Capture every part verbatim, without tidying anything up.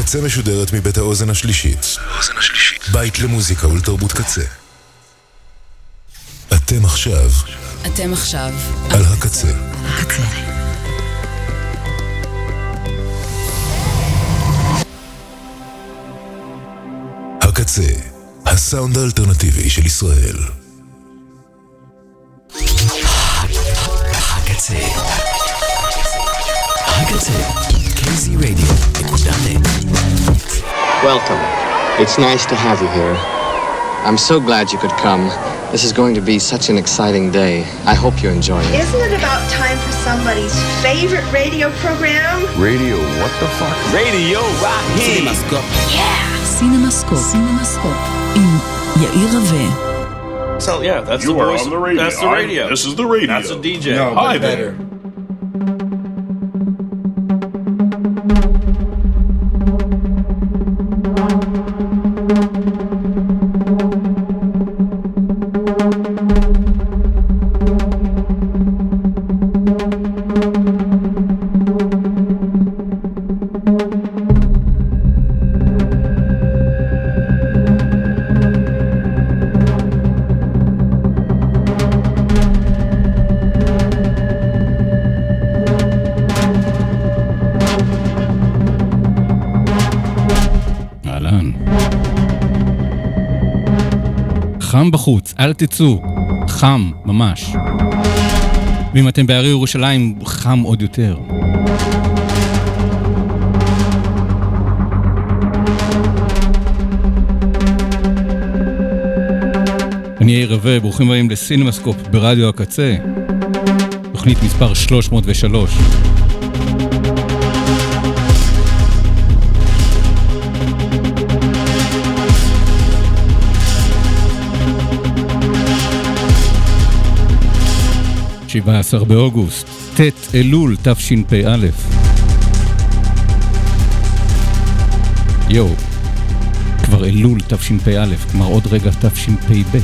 הקצה משודרת מבית האוזן השלישית. בית למוזיקה ולתרבות קצה. אתם עכשיו. אתם עכשיו. על הקצה. הקצה. הקצה, הסאונד האלטרנטיבי של ישראל. הקצה. הקצה. קייזי רדיו. Welcome. It's nice to have you here. I'm so glad you could come. This is going to be such an exciting day. I hope you enjoy it. Isn't it about time for somebody's favorite radio program? Radio, what the fuck? Radio Rahi. CinemaScope. Yeah. CinemaScope. CinemaScope. עם יאיר רווה. So yeah, that's you the voice. On the radio. That's the radio. I, this is the radio. That's a D J. No, Hi better. there. חם בחוץ, אל תצאו, חם ממש. ואם אתם בערי ירושלים, חם עוד יותר. אני יאיר רווה, ברוכים הבאים לסינמסקופ ברדיו הקצה, תוכנית מספר שלוש מאות ושלוש. שבעה עשר באוגוסט, ת' אלול תשפ"א. יו, כבר אלול תשפ"א, כלומר עוד רגע תשפ"ב.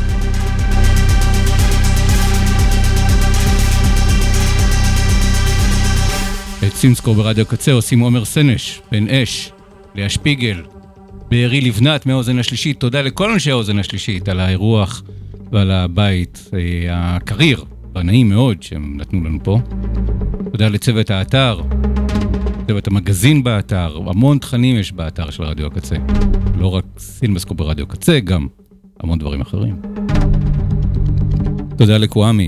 את סינמסקופ ברדיו קצה עושים עומר סנש, בן אש, לאה שפיגל, בארי לבנת מהאוזן השלישית. תודה לכל אנשי האוזן השלישית על האירוח ועל הבית הקריר. נעים מאוד שהם נתנו לנו פה. תודה לצוות האתר, צוות המגזין באתר, המון תכנים יש באתר של רדיו הקצה. לא רק סינמסקופ ברדיו הקצה, גם המון דברים אחרים. תודה לקואמי.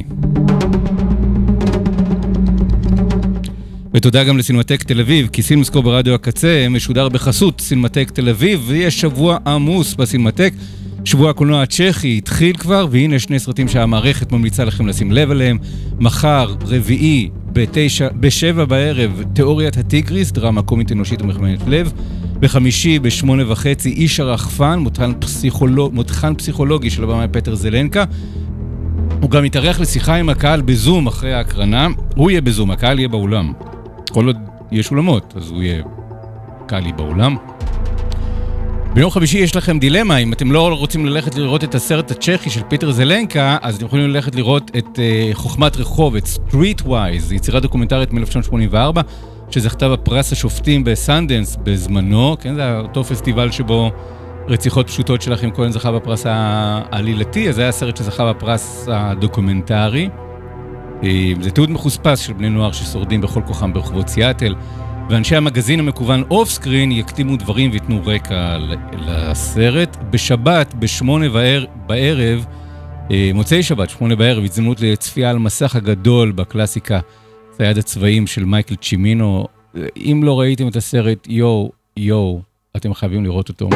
ותודה גם לסינמטק תל אביב, כי סינמסקופ ברדיו הקצה משודר בחסות סינמטק תל אביב, ויש שבוע עמוס בסינמטק. שבוע הקולנוע הצ'כי התחיל כבר, והנה שני סרטים שהמערכת ממליצה לכם לשים לב עליהם. מחר, רביעי, בתשע, בשבע בערב, תיאוריית הטיגריס, דרמה קומית אנושית ומחממת לב. בחמישי, בשמונה וחצי, איש הרחפן, מותחן, פסיכולוג, מותחן פסיכולוגי של הבמאי פטר זלנקה. הוא גם יתארח לשיחה עם הקהל בזום אחרי ההקרנה. הוא יהיה בזום, הקהל יהיה באולם. כל עוד יש אולמות, אז הוא יהיה קהל יהיה באולם. ביום חמישי יש לכם דילמה, אם אתם לא רוצים ללכת לראות את הסרט הצ'כי של פיטר זלנקה, אז אתם יכולים ללכת לראות את uh, חוכמת רחוב, את Streetwise, יצירה דוקומנטרית מ-אלף תשע מאות שמונים וארבע, שזכתה בפרס השופטים בסנדנס בזמנו, כן, זה אותו פסטיבל שבו רציחות פשוטות של אחים כהן זכה בפרס העלילתי, אז זה היה הסרט שזכה בפרס הדוקומנטרי. זה תיעוד מחוספס של בני נוער ששורדים בכל כוחם ברחובות סיאטל, ואנשי המגזין המקוון אוף סקרין יקטימו דברים ויתנו רקע לסרט. בשבת, בשמונה בערב, מוצאי שבת, שמונה בערב, הזדמנות לצפייה על מסך הגדול בקלאסיקה צייד הצבעים של מייקל צ'ימינו. אם לא ראיתם את הסרט, יו, יו, אתם חייבים לראות אותו.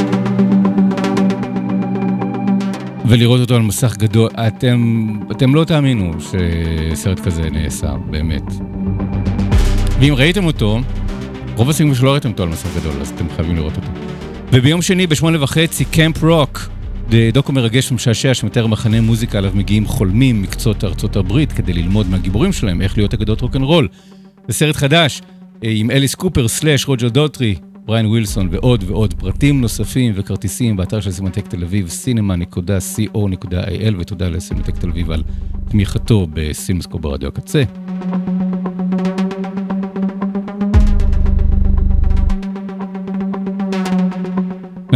ולראות אותו על מסך גדול, אתם, אתם לא תאמינו שסרט כזה נעשה, באמת. ואם ראיתם אותו, רוב הסיכויים שלא ראיתם אותו על מסך גדול, אז אתם חייבים לראות אותו. וביום שני, בשמונה וחצי, קמפ רוק, דוקו מרגש ומשעשע שמתאר מחנה מוזיקה עליו מגיעים חולמים מקצות ארצות הברית כדי ללמוד מהגיבורים שלהם איך להיות אגדות רוק'נ'רול. זה סרט חדש עם אליס קופר סלאש רוג'ר דוטרי, בריין ווילסון ועוד ועוד. פרטים נוספים וכרטיסים באתר של סינמטק תל אביב, סינמה נקודה סי או נקודה איי אל, ותודה לסינמטק תל אביב על תמיכתו בסינמסקופ ברדיו הקצה.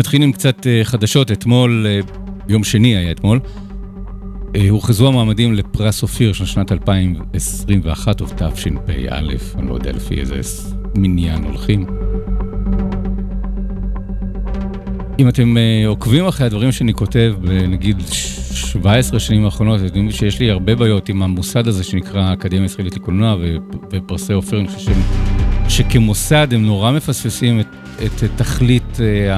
נתחיל עם קצת חדשות. אתמול, יום שני היה אתמול, הוכרזו המועמדים לפרס אופיר של שנת אלפיים עשרים ואחת, או תשפ"א, אני לא יודע לפי איזה מניין הולכים. אם אתם עוקבים אחרי הדברים שאני כותב, נגיד שבע עשרה שנים האחרונות, אתם יודעים שיש לי הרבה בעיות עם המוסד הזה שנקרא האקדמיה הישראלית לקולנוע ופרסי אופיר. אני חושב שכמוסד הם נורא מפספסים את, את תכלית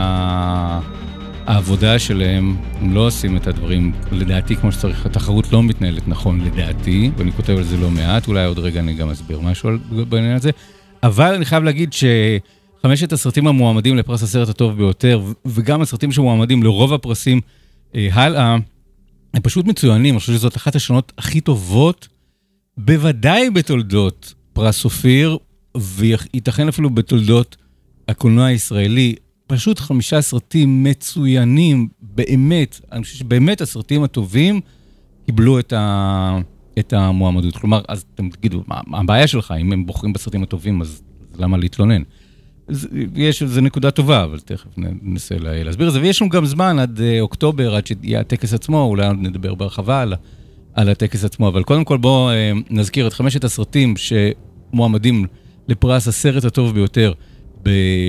העבודה שלהם, הם לא עושים את הדברים לדעתי כמו שצריך. התחרות לא מתנהלת נכון לדעתי, ואני כותב על זה לא מעט, אולי עוד רגע אני גם אסביר משהו בעניין הזה, אבל אני חייב להגיד שחמשת הסרטים המועמדים לפרס הסרט הטוב ביותר, וגם הסרטים שמועמדים לרוב הפרסים אה, הלאה, הם פשוט מצוינים. אני חושב שזאת אחת השנות הכי טובות, בוודאי בתולדות פרס אופיר, וייתכן אפילו בתולדות הקולנוע הישראלי. פשוט חמישה סרטים מצוינים, באמת. אני חושב שבאמת הסרטים הטובים קיבלו את, ה... את המועמדות. כלומר, אז אתם תגידו, מה, מה הבעיה שלך? אם הם בוחרים בסרטים הטובים, אז, אז למה להתלונן? אז, יש, זה נקודה טובה, אבל תכף ננסה להסביר את זה. ויש לנו גם זמן עד אוקטובר, עד שיהיה הטקס עצמו, אולי נדבר ברחבה על, על הטקס עצמו. אבל קודם כל בואו נזכיר את חמשת הסרטים שמועמדים לפרס הסרט הטוב ביותר ב...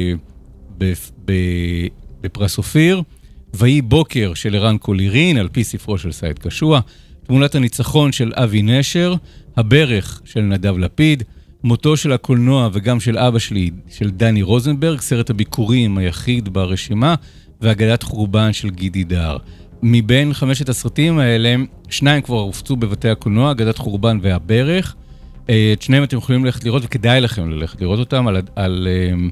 בפרס אופיר. ויהי בוקר של ערן קולירין, על פי ספרו של סעיד קשוע, תמונת הניצחון של אבי נשר, הברך של נדב לפיד, מותו של הקולנוע וגם של אבא שלי, של דני רוזנברג, סרט הביקורים היחיד ברשימה, ואגדת חורבן של גידי דהר. מבין חמשת הסרטים האלה, שניים כבר הופצו בבתי הקולנוע, אגדת חורבן והברך. את שניהם אתם יכולים ללכת לראות, וכדאי לכם ללכת לראות אותם על... על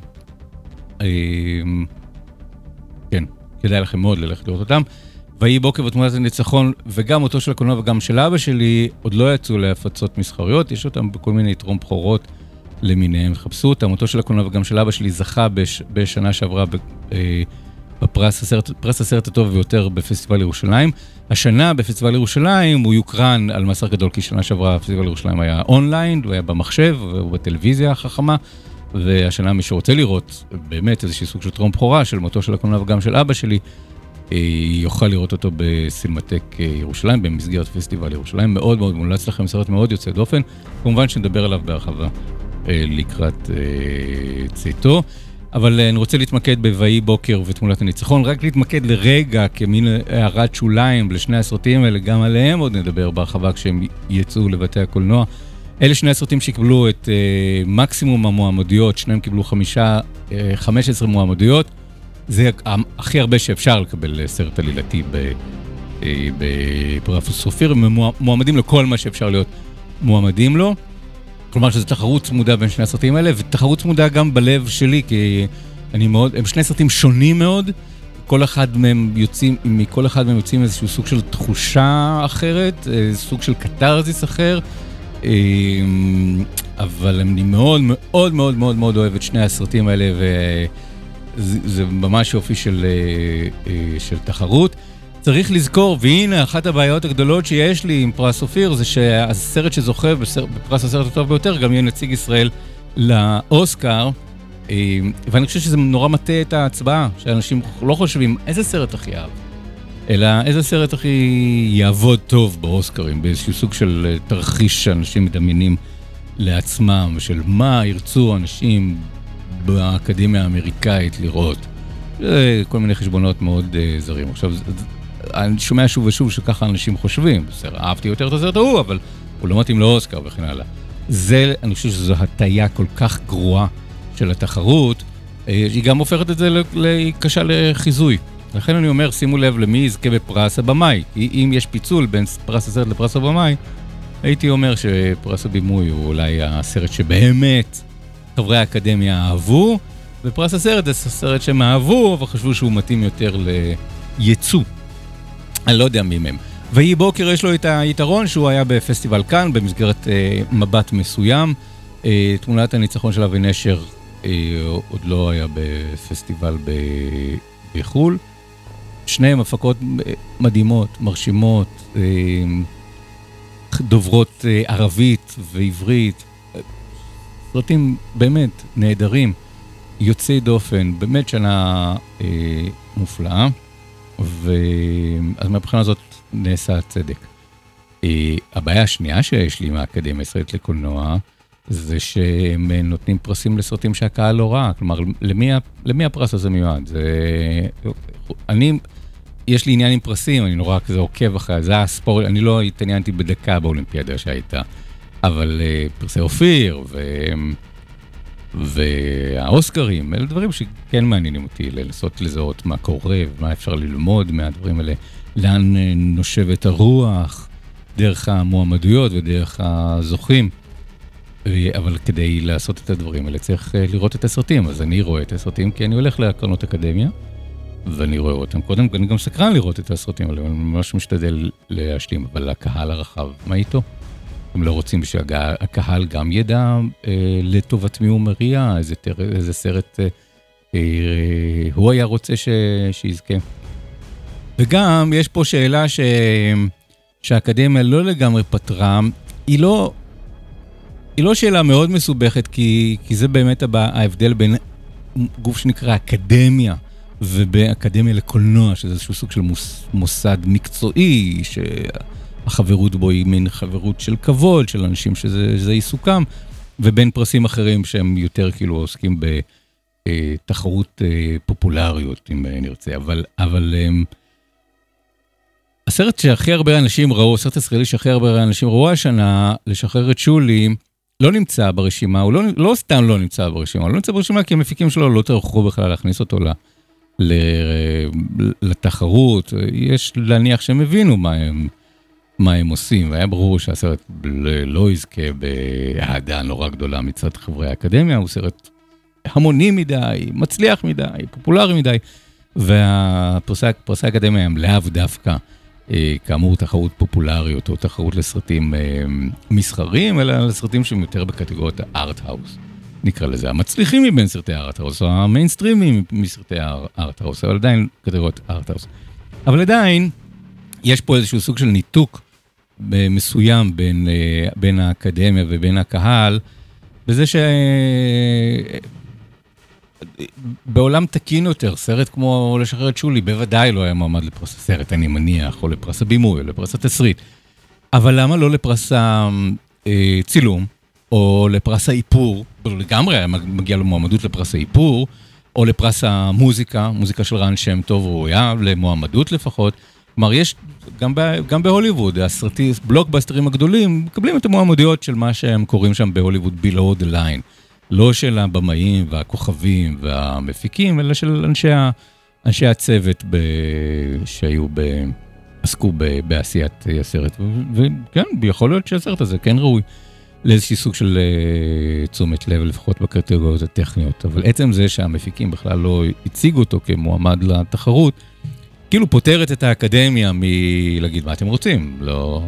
כן, כדאי לכם מאוד ללכת לראות אותם. ויהי בוקר ותמונת הניצחון, וגם אותו של הקולנוע וגם של אבא שלי, עוד לא יצאו להפצות מסחריות, יש אותם בכל מיני טרום בחורות למיניהם, חפשו אותם. אותו של הקולנוע וגם של אבא שלי זכה בש, בשנה שעברה בפרס הסרט, פרס הסרט הטוב ביותר בפסטיבל ירושלים. השנה בפסטיבל ירושלים הוא יוקרן על מסך גדול, כי שנה שעברה פסטיבל ירושלים היה אונליין, הוא היה במחשב ובטלוויזיה החכמה, והשנה מי שרוצה לראות באמת איזושהי סוג של טרום בחורה של מותו של הקולנוע וגם של אבא שלי, יוכל לראות אותו בסינמטק ירושלים, במסגרת פסטיבל ירושלים. מאוד מאוד מומלץ לכם, סרט מאוד יוצא דופן, כמובן שנדבר עליו בהרחבה לקראת צאתו. אבל אני רוצה להתמקד בויהי בוקר ותמונת הניצחון, רק להתמקד לרגע כמין הערת שוליים לשני הסרטים האלה, גם עליהם עוד נדבר בהרחבה כשהם יצאו לבתי הקולנוע. אלה שני הסרטים שקיבלו את uh, מקסימום המועמדויות, שניהם קיבלו חמישה, uh, חמש עשרה מועמדויות. זה הכי הרבה שאפשר לקבל סרט עלילתי בפרס אופיר. הם מועמדים לכל מה שאפשר להיות מועמדים לו. כלומר שזו תחרות צמודה בין שני הסרטים האלה, ותחרות צמודה גם בלב שלי, כי אני מאוד, הם שני סרטים שונים מאוד. כל אחד מהם יוצאים, מכל אחד מהם יוצאים איזשהו סוג של תחושה אחרת, סוג של קטרזיס אחר. אבל אני מאוד מאוד מאוד מאוד מאוד אוהב את שני הסרטים האלה, וזה ממש יופי של, של תחרות. צריך לזכור, והנה אחת הבעיות הגדולות שיש לי עם פרס אופיר, זה שהסרט שזוכה בפרס הסרט הטוב ביותר גם יהיה נציג ישראל לאוסקר, ואני חושב שזה נורא מטה את ההצבעה, שאנשים לא חושבים איזה סרט הכי אהב, אלא איזה סרט הכי יעבוד טוב באוסקרים, באיזשהו סוג של תרחיש שאנשים מדמיינים לעצמם, של מה ירצו אנשים באקדמיה האמריקאית לראות. כל מיני חשבונות מאוד זרים. עכשיו, אני שומע שוב ושוב שככה אנשים חושבים, בסדר, אהבתי יותר את הסרט ההוא, אבל הוא לא מתאים לאוסקר וכן הלאה. זה, אני חושב שזו הטיה כל כך גרועה של התחרות, היא גם הופכת את זה לקשה לחיזוי. לכן אני אומר, שימו לב למי יזכה בפרס הבמאי. אם יש פיצול בין פרס הסרט לפרס הבמאי, הייתי אומר שפרס הבימוי הוא אולי הסרט שבאמת חברי האקדמיה אהבו, ופרס הסרט זה סרט שהם אהבו, אבל חשבו שהוא מתאים יותר לייצוא. אני לא יודע מי מהם. ויהי בוקר יש לו את היתרון שהוא היה בפסטיבל כאן, במסגרת אה, מבט מסוים. אה, תמונת הניצחון של אבי נשר אה, עוד לא היה בפסטיבל ב... בחול. שניהם הפקות מדהימות, מרשימות, אה, דוברות אה, ערבית ועברית. סרטים באמת נהדרים, יוצאי דופן, באמת שנה אה, מופלאה, ואז מהבחינה הזאת נעשה הצדק. הבעיה השנייה שיש לי מהאקדמיה הישראלית לקולנוע, זה שהם נותנים פרסים לסרטים שהקהל לא ראה, כלומר, למי, למי הפרס הזה מיועד? זה, אני, יש לי עניין עם פרסים, אני נורא כזה עוקב אחרי, זה הספורט, אני לא התעניינתי בדקה באולימפיאדה שהייתה, אבל פרסי אופיר ו... והאוסקרים, אלה דברים שכן מעניינים אותי, לנסות לזהות מה קורה, ומה אפשר ללמוד מהדברים האלה, לאן נושבת הרוח, דרך המועמדויות ודרך הזוכים. אבל כדי לעשות את הדברים האלה צריך לראות את הסרטים, אז אני רואה את הסרטים כי אני הולך לקרנות אקדמיה, ואני רואה אותם. קודם אני גם סקרן לראות את הסרטים האלה, אני ממש משתדל להשלים, אבל הקהל הרחב, מה איתו? הם לא רוצים שהקהל גם ידע אה, לטובת מי הוא מריע, איזה, איזה סרט אה, אה, הוא היה רוצה ש, שיזכה. וגם יש פה שאלה ש, שהאקדמיה לא לגמרי פתרה, היא לא, היא לא שאלה מאוד מסובכת, כי, כי זה באמת הבא, ההבדל בין גוף שנקרא אקדמיה, ובאקדמיה לקולנוע, שזה איזשהו סוג של מוס, מוסד מקצועי, ש... החברות בו היא מין חברות של כבוד, של אנשים שזה, שזה עיסוקם, ובין פרסים אחרים שהם יותר כאילו עוסקים בתחרות פופולריות, אם נרצה. אבל, אבל הסרט שהכי הרבה אנשים ראו, הסרט הישראלי שהכי הרבה אנשים ראו השנה, לשחרר את שולי, לא נמצא ברשימה, הוא לא, לא סתם לא נמצא ברשימה, הוא לא נמצא ברשימה כי המפיקים שלו לא טרחו בכלל להכניס אותו ל, ל, לתחרות. יש להניח שהם הבינו מה הם, מה הם עושים, והיה ברור שהסרט לא יזכה באהדה נורא גדולה מצד חברי האקדמיה, הוא סרט המוני מדי, מצליח מדי, פופולרי מדי, והפרסי האקדמיה הם לאו דווקא, כאמור תחרות פופולריות או תחרות לסרטים מסחריים, אלא לסרטים שהם יותר בקטגוריות הארט-האוס, נקרא לזה, המצליחים מבין סרטי הארט-האוס, או המיינסטרימים מסרטי הארט-האוס, אבל עדיין קטגוריות הארט-האוס. אבל עדיין, יש פה איזשהו סוג של ניתוק מסוים בין, בין האקדמיה ובין הקהל, בזה שבעולם תקין יותר, סרט כמו לשחרר את שולי, בוודאי לא היה מועמד לפרס הסרט, אני מניח, או לפרס הבימוי, או לפרס התסריט. אבל למה לא לפרס הצילום, או לפרס האיפור, לגמרי היה מגיע לו מועמדות לפרס האיפור, או לפרס המוזיקה, מוזיקה של רן שם טוב ראויה, למועמדות לפחות. כלומר, יש, גם, ב, גם בהוליווד, הסרטים, בלוקבאסטרים הגדולים, מקבלים את המועמדויות של מה שהם קוראים שם בהוליווד, below the line. לא של הבמאים והכוכבים והמפיקים, אלא של אנשי, ה, אנשי הצוות ב, שהיו, ב, עסקו ב, בעשיית הסרט. וכן, יכול להיות שהסרט הזה כן ראוי לאיזושהי סוג של uh, תשומת לב, לפחות בקטגוריות הטכניות. אבל עצם זה שהמפיקים בכלל לא הציגו אותו כמועמד לתחרות, כאילו פותרת את האקדמיה מלהגיד מה אתם רוצים, לא,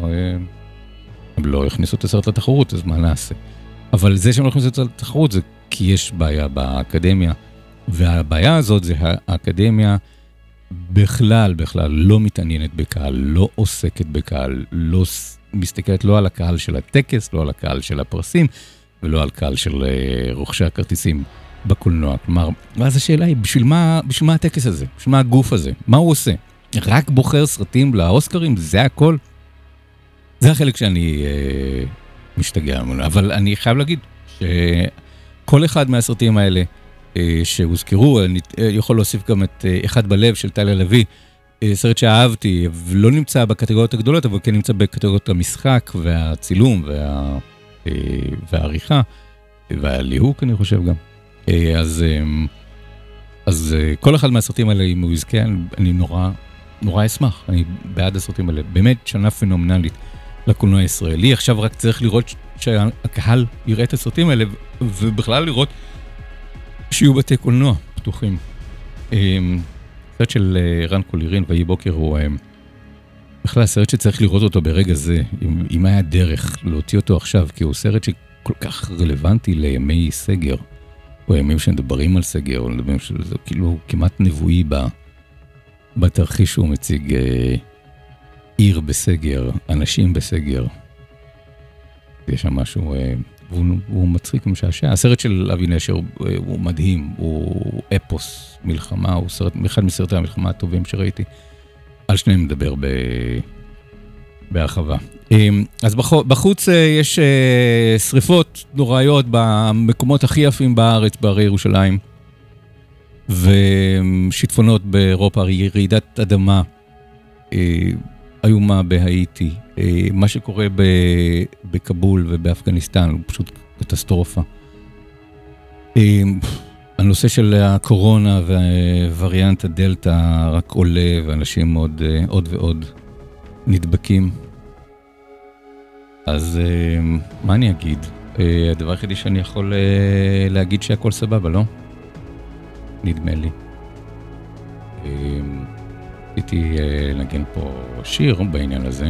הם לא הכניסו את הסרט לתחרות, אז מה נעשה? אבל זה שהם לא הכניסו את הסרט לתחרות זה כי יש בעיה באקדמיה, והבעיה הזאת זה האקדמיה בכלל, בכלל לא מתעניינת בקהל, לא עוסקת בקהל, לא מסתכלת לא על הקהל של הטקס, לא על הקהל של הפרסים, ולא על קהל של רוכשי הכרטיסים בקולנוע. כלומר, ואז השאלה היא, בשביל מה, בשביל מה הטקס הזה? בשביל מה הגוף הזה? מה הוא עושה? רק בוחר סרטים לאוסקרים? זה הכל? זה החלק שאני אה, משתגע ממנו. אבל אני חייב להגיד שכל אחד מהסרטים האלה אה, שהוזכרו, אני אה, יכול להוסיף גם את אה, אחד בלב של טליה לוי, אה, סרט שאהבתי, ולא נמצא בקטגוריות הגדולות, אבל כן נמצא בקטגוריות המשחק והצילום וה, אה, והעריכה, והליהוק אני חושב גם. אז, אז כל אחד מהסרטים האלה, אם הוא יזכה, אני נורא, נורא אשמח. אני בעד הסרטים האלה. באמת שנה פנומנלית לקולנוע הישראלי. עכשיו רק צריך לראות שהקהל יראה את הסרטים האלה, ובכלל לראות שיהיו בתי קולנוע פתוחים. סרט של רן קולירין, ויהי בוקר, הוא בכלל סרט שצריך לראות אותו ברגע זה, אם, אם היה דרך להוציא אותו עכשיו, כי הוא סרט שכל כך רלוונטי לימי סגר. או ימים שמדברים על סגר, או מדברים שזה כאילו כמעט נבואי בתרחיש שהוא מציג אה, עיר בסגר, אנשים בסגר. יש שם משהו, אה, והוא, הוא מצחיק ומשעשע. הסרט של אבי נשר הוא, הוא מדהים, הוא אפוס מלחמה, הוא סרט, אחד מסרטי המלחמה הטובים שראיתי. על שניהם מדבר ב... בהרחבה. אז בחוץ יש שריפות נוראיות במקומות הכי יפים בארץ, בערי ירושלים, ושיטפונות באירופה, רעידת אדמה איומה בהאיטי. מה שקורה בקבול ובאפגניסטן הוא פשוט קטסטרופה. הנושא של הקורונה ווריאנט הדלטה רק עולה, ואנשים עוד, עוד ועוד נדבקים. אז מה אני אגיד? הדבר היחידי שאני יכול להגיד שהכל סבבה, לא? נדמה לי. הייתי לנגן פה שיר בעניין הזה.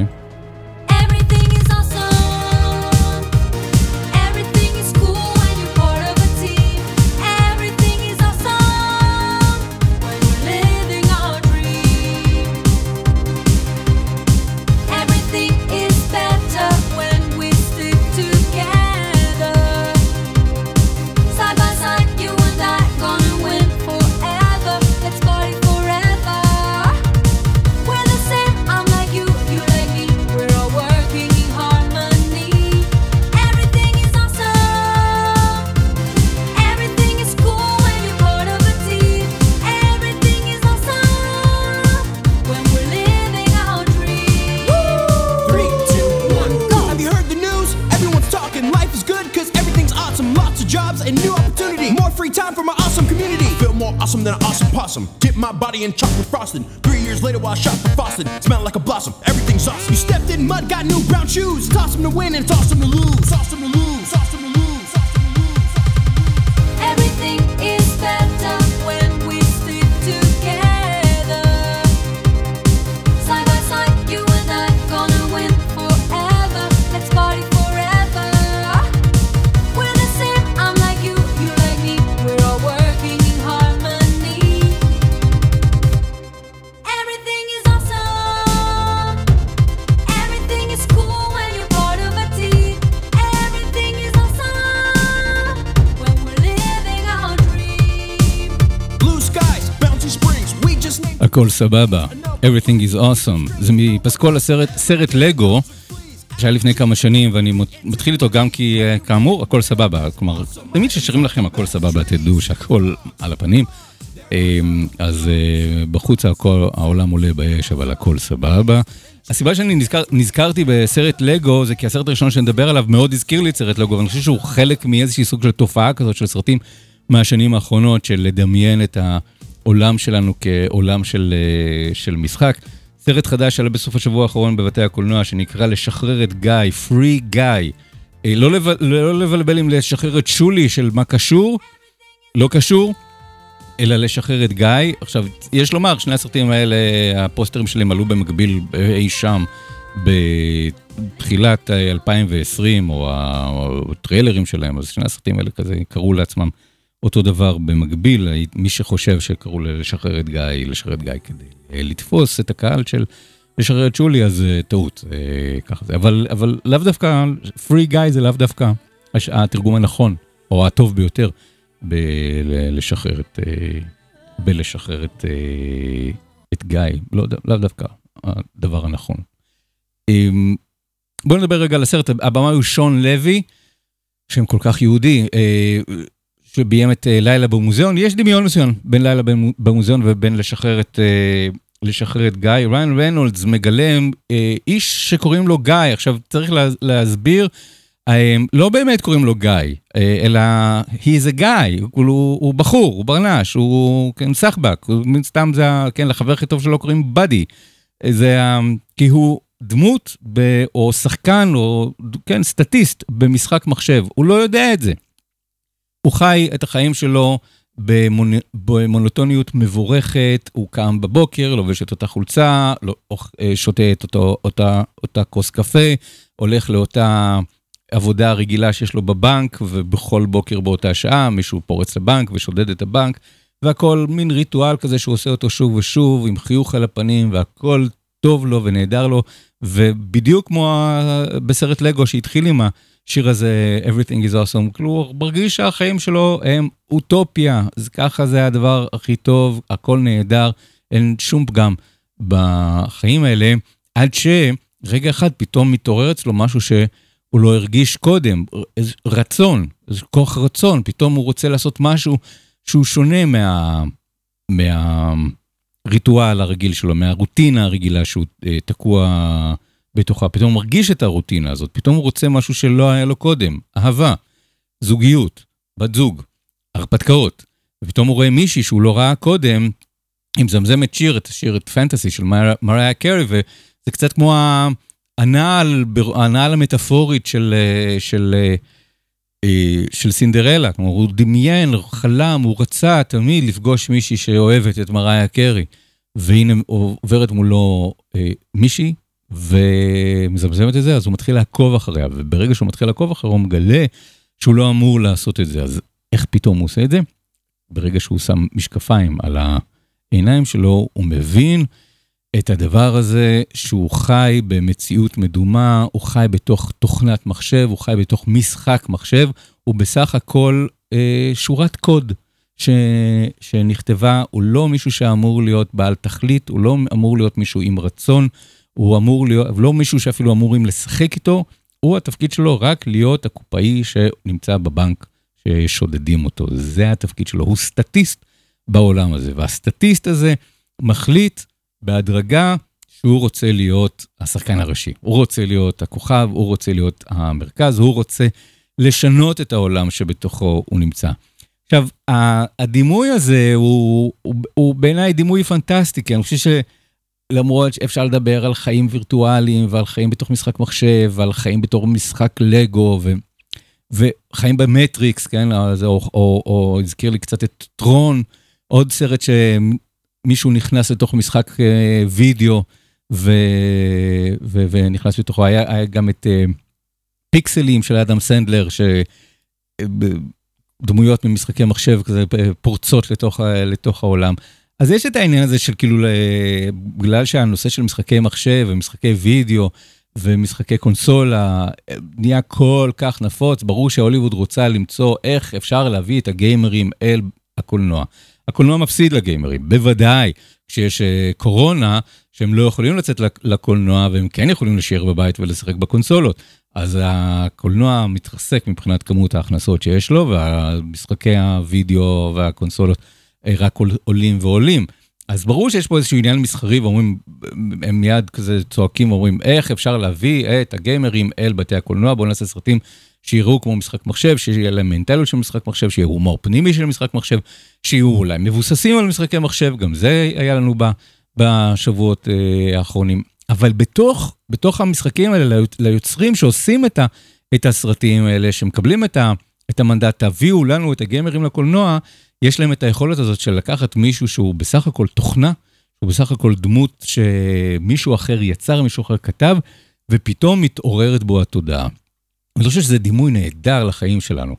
Dip my body in chocolate frosting. Three years later while I shop for Boston, smell like a blossom, everything's awesome. You stepped in mud, got new brown shoes. Toss them to win and it's awesome to lose. Awesome to lose, awesome to lose, awesome to lose. Everything is better when we stick together. Side by side, you and I gonna win forever. Let's party forever. We're the same, I'm like you, you like me. We're all working in harmony. הכל סבבה, everything is awesome. זה מפסקול הסרט, סרט לגו, שהיה לפני כמה שנים, ואני מתחיל איתו גם כי, כאמור, הכל סבבה. כלומר, תמיד ששרים לכם הכל סבבה, תדעו שהכל על הפנים. אז בחוץ הכל, העולם עולה באש, אבל הכל סבבה. הסיבה שאני נזכר, נזכרתי בסרט לגו, זה כי הסרט הראשון שנדבר עליו מאוד הזכיר לי את סרט לגו, ואני חושב שהוא חלק מאיזושהי סוג של תופעה כזאת של סרטים מהשנים האחרונות, של לדמיין את ה... עולם שלנו כעולם של, של משחק. סרט חדש עלה בסוף השבוע האחרון בבתי הקולנוע, שנקרא לשחרר את גיא, Free Guy. לא, לבל, לא לבלבל עם לשחרר את שולי של מה קשור, לא קשור, אלא לשחרר את גיא. עכשיו, יש לומר, שני הסרטים האלה, הפוסטרים שלהם עלו במקביל אי שם, בתחילת אלפיים ועשרים, או הטריילרים שלהם, אז שני הסרטים האלה כזה קראו לעצמם אותו דבר במקביל. מי שחושב שקראו לשחרר את גיא, לשחרר את גיא כדי לתפוס את הקהל של לשחרר את שולי, אז טעות, ככה זה. אבל, אבל לאו דווקא, Free Guy זה לאו דווקא התרגום הנכון, או הטוב ביותר, בלשחרר את, בלשחרר את, את גיא. לא, לאו דווקא הדבר הנכון. בואו נדבר רגע על הסרט. הבמה הוא שון לוי, שם כל כך יהודי, שביים את לילה במוזיאון. יש דמיון מסוים בין לילה במוזיאון ובין לשחרר את, לשחרר את גיא. ריין רנולדס מגלם איש שקוראים לו גיא. עכשיו צריך להסביר, לא באמת קוראים לו גיא, אלא he's a guy, הוא, הוא בחור, הוא ברנש, הוא כן, סחבק, הוא סתם זה, כן, לחבר הכי טוב שלו קוראים בדי. זה, כי הוא דמות, ב, או שחקן, או כן, סטטיסט במשחק מחשב. הוא לא יודע את זה. הוא חי את החיים שלו במונ... במונוטוניות מבורכת, הוא קם בבוקר, לובש את אותה חולצה, לא, שותה את אותו, אותה, אותה כוס קפה, הולך לאותה עבודה רגילה שיש לו בבנק, ובכל בוקר באותה שעה מישהו פורץ לבנק ושודד את הבנק, והכל מין ריטואל כזה שהוא עושה אותו שוב ושוב, עם חיוך על הפנים, והכל טוב לו ונהדר לו, ובדיוק כמו בסרט לגו שהתחיל עם השיר הזה, Everything is Awesome, כאילו הוא מרגיש שהחיים שלו הם אוטופיה, אז ככה זה הדבר הכי טוב, הכל נהדר, אין שום פגם בחיים האלה, עד שרגע אחד פתאום מתעורר אצלו משהו שהוא לא הרגיש קודם, רצון, כוח רצון, פתאום הוא רוצה לעשות משהו שהוא שונה מה, מהריטואל הרגיל שלו, מהרוטינה הרגילה שהוא תקוע בתוכה, פתאום הוא מרגיש את הרוטינה הזאת, פתאום הוא רוצה משהו שלא היה לו קודם, אהבה, זוגיות, בת זוג, הרפתקאות, ופתאום הוא רואה מישהי שהוא לא ראה קודם, עם זמזמת שיר, את השיר, את פנטסי של מריה קרי, וזה קצת כמו הנעל, הנעל המטאפורית של, של, של סינדרלה, כמו הוא דמיין, חלם, הוא רצה תמיד לפגוש מישהי שאוהבת את מריה קרי, והנה עוברת מולו מישהי, ומזמזמת את זה, אז הוא מתחיל לעקוב אחריה, וברגע שהוא מתחיל לעקוב אחריה, הוא מגלה שהוא לא אמור לעשות את זה, אז איך פתאום הוא עושה את זה? ברגע שהוא שם משקפיים על העיניים שלו, הוא מבין את הדבר הזה שהוא חי במציאות מדומה, הוא חי בתוך תוכנת מחשב, הוא חי בתוך משחק מחשב, הוא בסך הכל אה, שורת קוד ש... שנכתבה, הוא לא מישהו שאמור להיות בעל תכלית, הוא לא אמור להיות מישהו עם רצון, הוא אמור להיות, לא מישהו שאפילו אמורים לשחק איתו, הוא התפקיד שלו רק להיות הקופאי שנמצא בבנק ששודדים אותו. זה התפקיד שלו, הוא סטטיסט בעולם הזה, והסטטיסט הזה מחליט בהדרגה שהוא רוצה להיות השחקן הראשי. הוא רוצה להיות הכוכב, הוא רוצה להיות המרכז, הוא רוצה לשנות את העולם שבתוכו הוא נמצא. עכשיו, הדימוי הזה הוא, הוא, הוא בעיניי דימוי פנטסטי, כי אני חושב ש... למרות שאפשר לדבר על חיים וירטואליים, ועל חיים בתוך משחק מחשב, ועל חיים בתור משחק לגו, ו, וחיים במטריקס, כן? או, או, או, או הזכיר לי קצת את טרון, עוד סרט שמישהו נכנס לתוך משחק וידאו, ו, ו, ונכנס לתוכו, היה, היה גם את פיקסלים של אדם סנדלר, שדמויות ממשחקי מחשב כזה פורצות לתוך, לתוך העולם. אז יש את העניין הזה של כאילו, בגלל שהנושא של משחקי מחשב ומשחקי וידאו ומשחקי קונסולה נהיה כל כך נפוץ, ברור שהוליווד רוצה למצוא איך אפשר להביא את הגיימרים אל הקולנוע. הקולנוע מפסיד לגיימרים, בוודאי כשיש קורונה שהם לא יכולים לצאת לקולנוע והם כן יכולים להישאר בבית ולשחק בקונסולות. אז הקולנוע מתרסק מבחינת כמות ההכנסות שיש לו, והמשחקי הוידאו והקונסולות רק עולים ועולים. אז ברור שיש פה איזשהו עניין מסחרי, ואומרים, הם מיד כזה צועקים, ואומרים, איך אפשר להביא את הגיימרים אל בתי הקולנוע, בואו נעשה סרטים שיראו כמו משחק מחשב, שיהיה להם מנטליות של משחק מחשב, שיהיה הומור פנימי של משחק מחשב, שיהיו אולי מבוססים על משחקי מחשב, גם זה היה לנו בשבועות האחרונים. אבל בתוך, בתוך המשחקים האלה, ליוצרים שעושים את, ה, את הסרטים האלה, שמקבלים את, ה, את המנדט, תביאו לנו את הגיימרים לקולנוע, יש להם את היכולת הזאת של לקחת מישהו שהוא בסך הכל תוכנה, שהוא בסך הכל דמות שמישהו אחר יצר, מישהו אחר כתב, ופתאום מתעוררת בו התודעה. אני חושב שזה דימוי נהדר לחיים שלנו.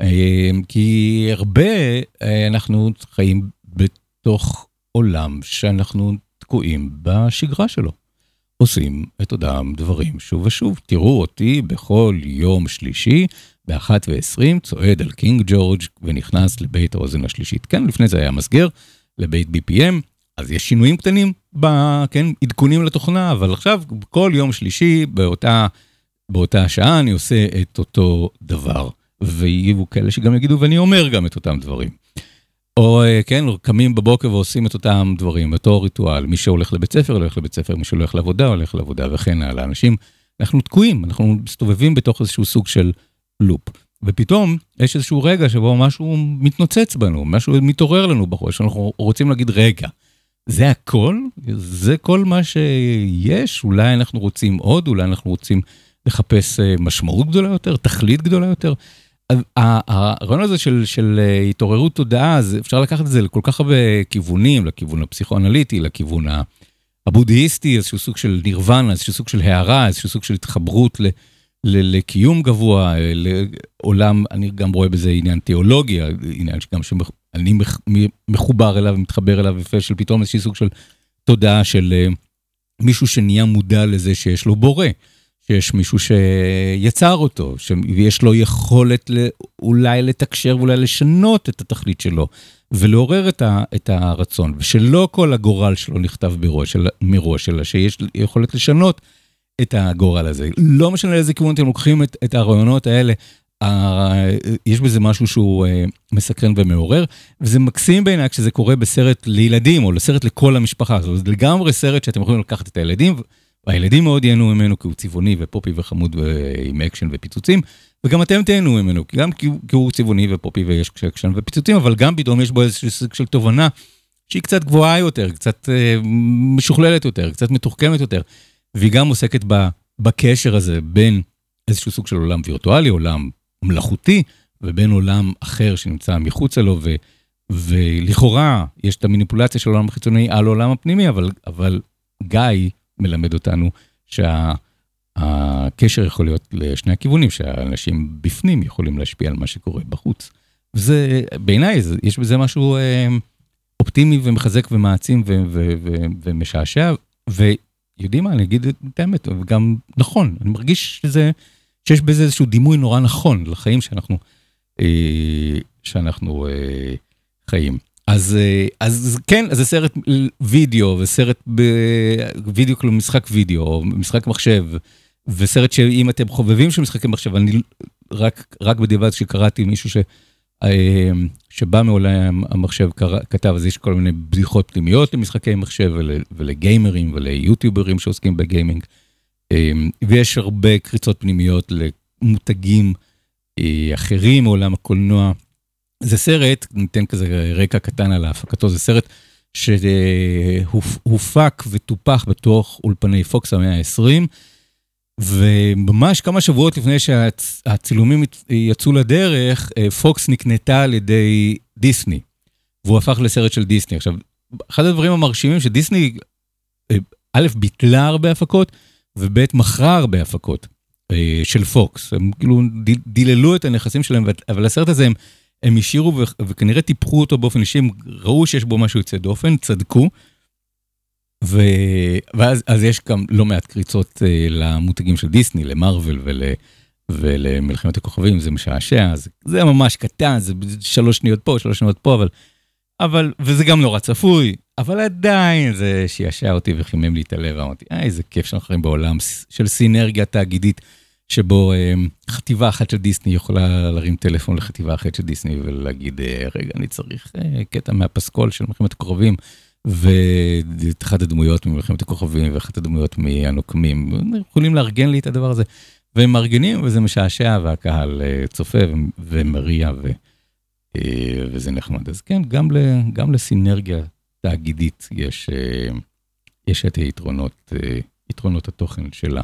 כי הרבה אנחנו חיים בתוך עולם שאנחנו תקועים בשגרה שלו. עושים את אותם דברים שוב ושוב. תראו אותי בכל יום שלישי, ב-אחת ועשרים צועד על קינג ג'ורג' ונכנס לבית האוזן השלישית. כן, לפני זה היה מסגר לבית בי פי אם, אז יש שינויים קטנים, ב, כן, עדכונים לתוכנה, אבל עכשיו כל יום שלישי באותה, באותה שעה אני עושה את אותו דבר. ויהיו כאלה שגם יגידו, ואני אומר גם את אותם דברים. או כן, קמים בבוקר ועושים את אותם דברים, אותו ריטואל, מי שהולך לבית ספר, הולך לבית ספר, מי שהולך לעבודה, הולך לעבודה, וכן הלאה. אנשים, אנחנו תקועים, אנחנו מסתובבים בתוך איזשהו סוג של לופ. ופתאום יש איזשהו רגע שבו משהו מתנוצץ בנו, משהו מתעורר לנו בראש, אנחנו רוצים להגיד, רגע, זה הכל? זה כל מה שיש? אולי אנחנו רוצים עוד, אולי אנחנו רוצים לחפש משמעות גדולה יותר, תכלית גדולה יותר. הרעיון הזה של, של התעוררות תודעה, אז אפשר לקחת את זה לכל כך הרבה כיוונים, לכיוון הפסיכואנליטי, לכיוון הבודהיסטי, איזשהו סוג של נירוונה, איזשהו סוג של הערה, איזשהו סוג של התחברות ל, ל, לקיום גבוה, לעולם, אני גם רואה בזה עניין תיאולוגיה, עניין שגם שאני מחובר אליו ומתחבר אליו יפה, של פתאום איזשהו סוג של תודעה של מישהו שנהיה מודע לזה שיש לו בורא, שיש מישהו שיצר אותו, ויש לו יכולת אולי לתקשר ואולי לשנות את התכלית שלו, ולעורר את, ה, את הרצון, ושלא כל הגורל שלו נכתב בראש, מראש, אלא שיש יכולת לשנות את הגורל הזה. לא משנה לאיזה כיוון אתם לוקחים את, את הרעיונות האלה, יש בזה משהו שהוא מסקרן ומעורר, וזה מקסים בעיניי כשזה קורה בסרט לילדים, או לסרט לכל המשפחה. זאת לגמרי סרט שאתם יכולים לקחת את הילדים, והילדים מאוד ייהנו ממנו, כי הוא צבעוני ופופי וחמוד עם אקשן ופיצוצים, וגם אתם תהנו ממנו, גם כי הוא צבעוני ופופי ויש אקשן ופיצוצים, אבל גם פתאום יש בו איזשהו סוג של תובנה, שהיא קצת גבוהה יותר, קצת משוכללת יותר, קצת מתוחכמת יותר, והיא גם עוסקת בקשר הזה בין איזשהו סוג של עולם וירטואלי, עולם מלאכותי, ובין עולם אחר שנמצא מחוץ לו, ו, ולכאורה יש את המניפולציה של העולם החיצוני על העולם הפנימי, אבל, אבל גיא מלמד אותנו שהקשר יכול להיות לשני הכיוונים, שהאנשים בפנים יכולים להשפיע על מה שקורה בחוץ. וזה, בעיניי, יש בזה משהו אופטימי ומחזק ומעצים ו, ו, ו, ומשעשע, ויודעים מה, אני אגיד את האמת, וגם נכון, אני מרגיש שזה, שיש בזה איזשהו דימוי נורא נכון לחיים שאנחנו, שאנחנו חיים. אז, אז כן, אז זה סרט וידאו, וסרט בווידאו, כלומר משחק וידאו, משחק מחשב, וסרט שאם אתם חובבים של משחקי מחשב, אני רק, רק בדיעבד שקראתי מישהו ש, שבא מעולם המחשב כתב, אז יש כל מיני בדיחות פנימיות למשחקי מחשב, ולגיימרים וליוטיוברים שעוסקים בגיימינג, ויש הרבה קריצות פנימיות למותגים אחרים מעולם הקולנוע. זה סרט, ניתן כזה רקע קטן על ההפקתו, זה סרט שהופק וטופח בתוך אולפני פוקס המאה ה-עשרים, וממש כמה שבועות לפני שהצילומים יצאו לדרך, פוקס נקנתה על ידי דיסני, והוא הפך לסרט של דיסני. עכשיו, אחד הדברים המרשימים שדיסני, א', ביטלה הרבה הפקות, וב' מכרה הרבה הפקות של פוקס. הם כאילו דיללו את הנכסים שלהם, אבל הסרט הזה הם, הם השאירו ו, וכנראה טיפחו אותו באופן אישי, הם ראו שיש בו משהו יוצא דופן, צדקו, ו, ואז אז יש גם לא מעט קריצות למותגים של דיסני, למרוול ול, ולמלחמת הכוכבים, זה משעשע, זה, זה ממש קטן, זה שלוש שניות פה, שלוש שניות פה, אבל, אבל, וזה גם נורא צפוי, אבל עדיין זה שישע אותי וחימם לי את הלב, ואמרתי, אה, איזה כיף שאנחנו חיים בעולם של סינרגיה תאגידית, שבו אה, חטיבה אחת של דיסני יכולה להרים טלפון לחטיבה אחת של דיסני, ולהגיד, אה, רגע, אני צריך אה, קטע מהפסקול של מלחמת הכוכבים, ואת אחת הדמויות ממלחמת הכוכבים, ואחת הדמויות מהנוקמים, יכולים לארגן לי את הדבר הזה, והם מארגנים, וזה משעשע, והקהל אה, צופה ומריע, ו, אה, וזה נחמד. אז כן, גם, ל, גם לסינרגיה תאגידית יש, יש את היתרונות, יתרונות התוכן שלה.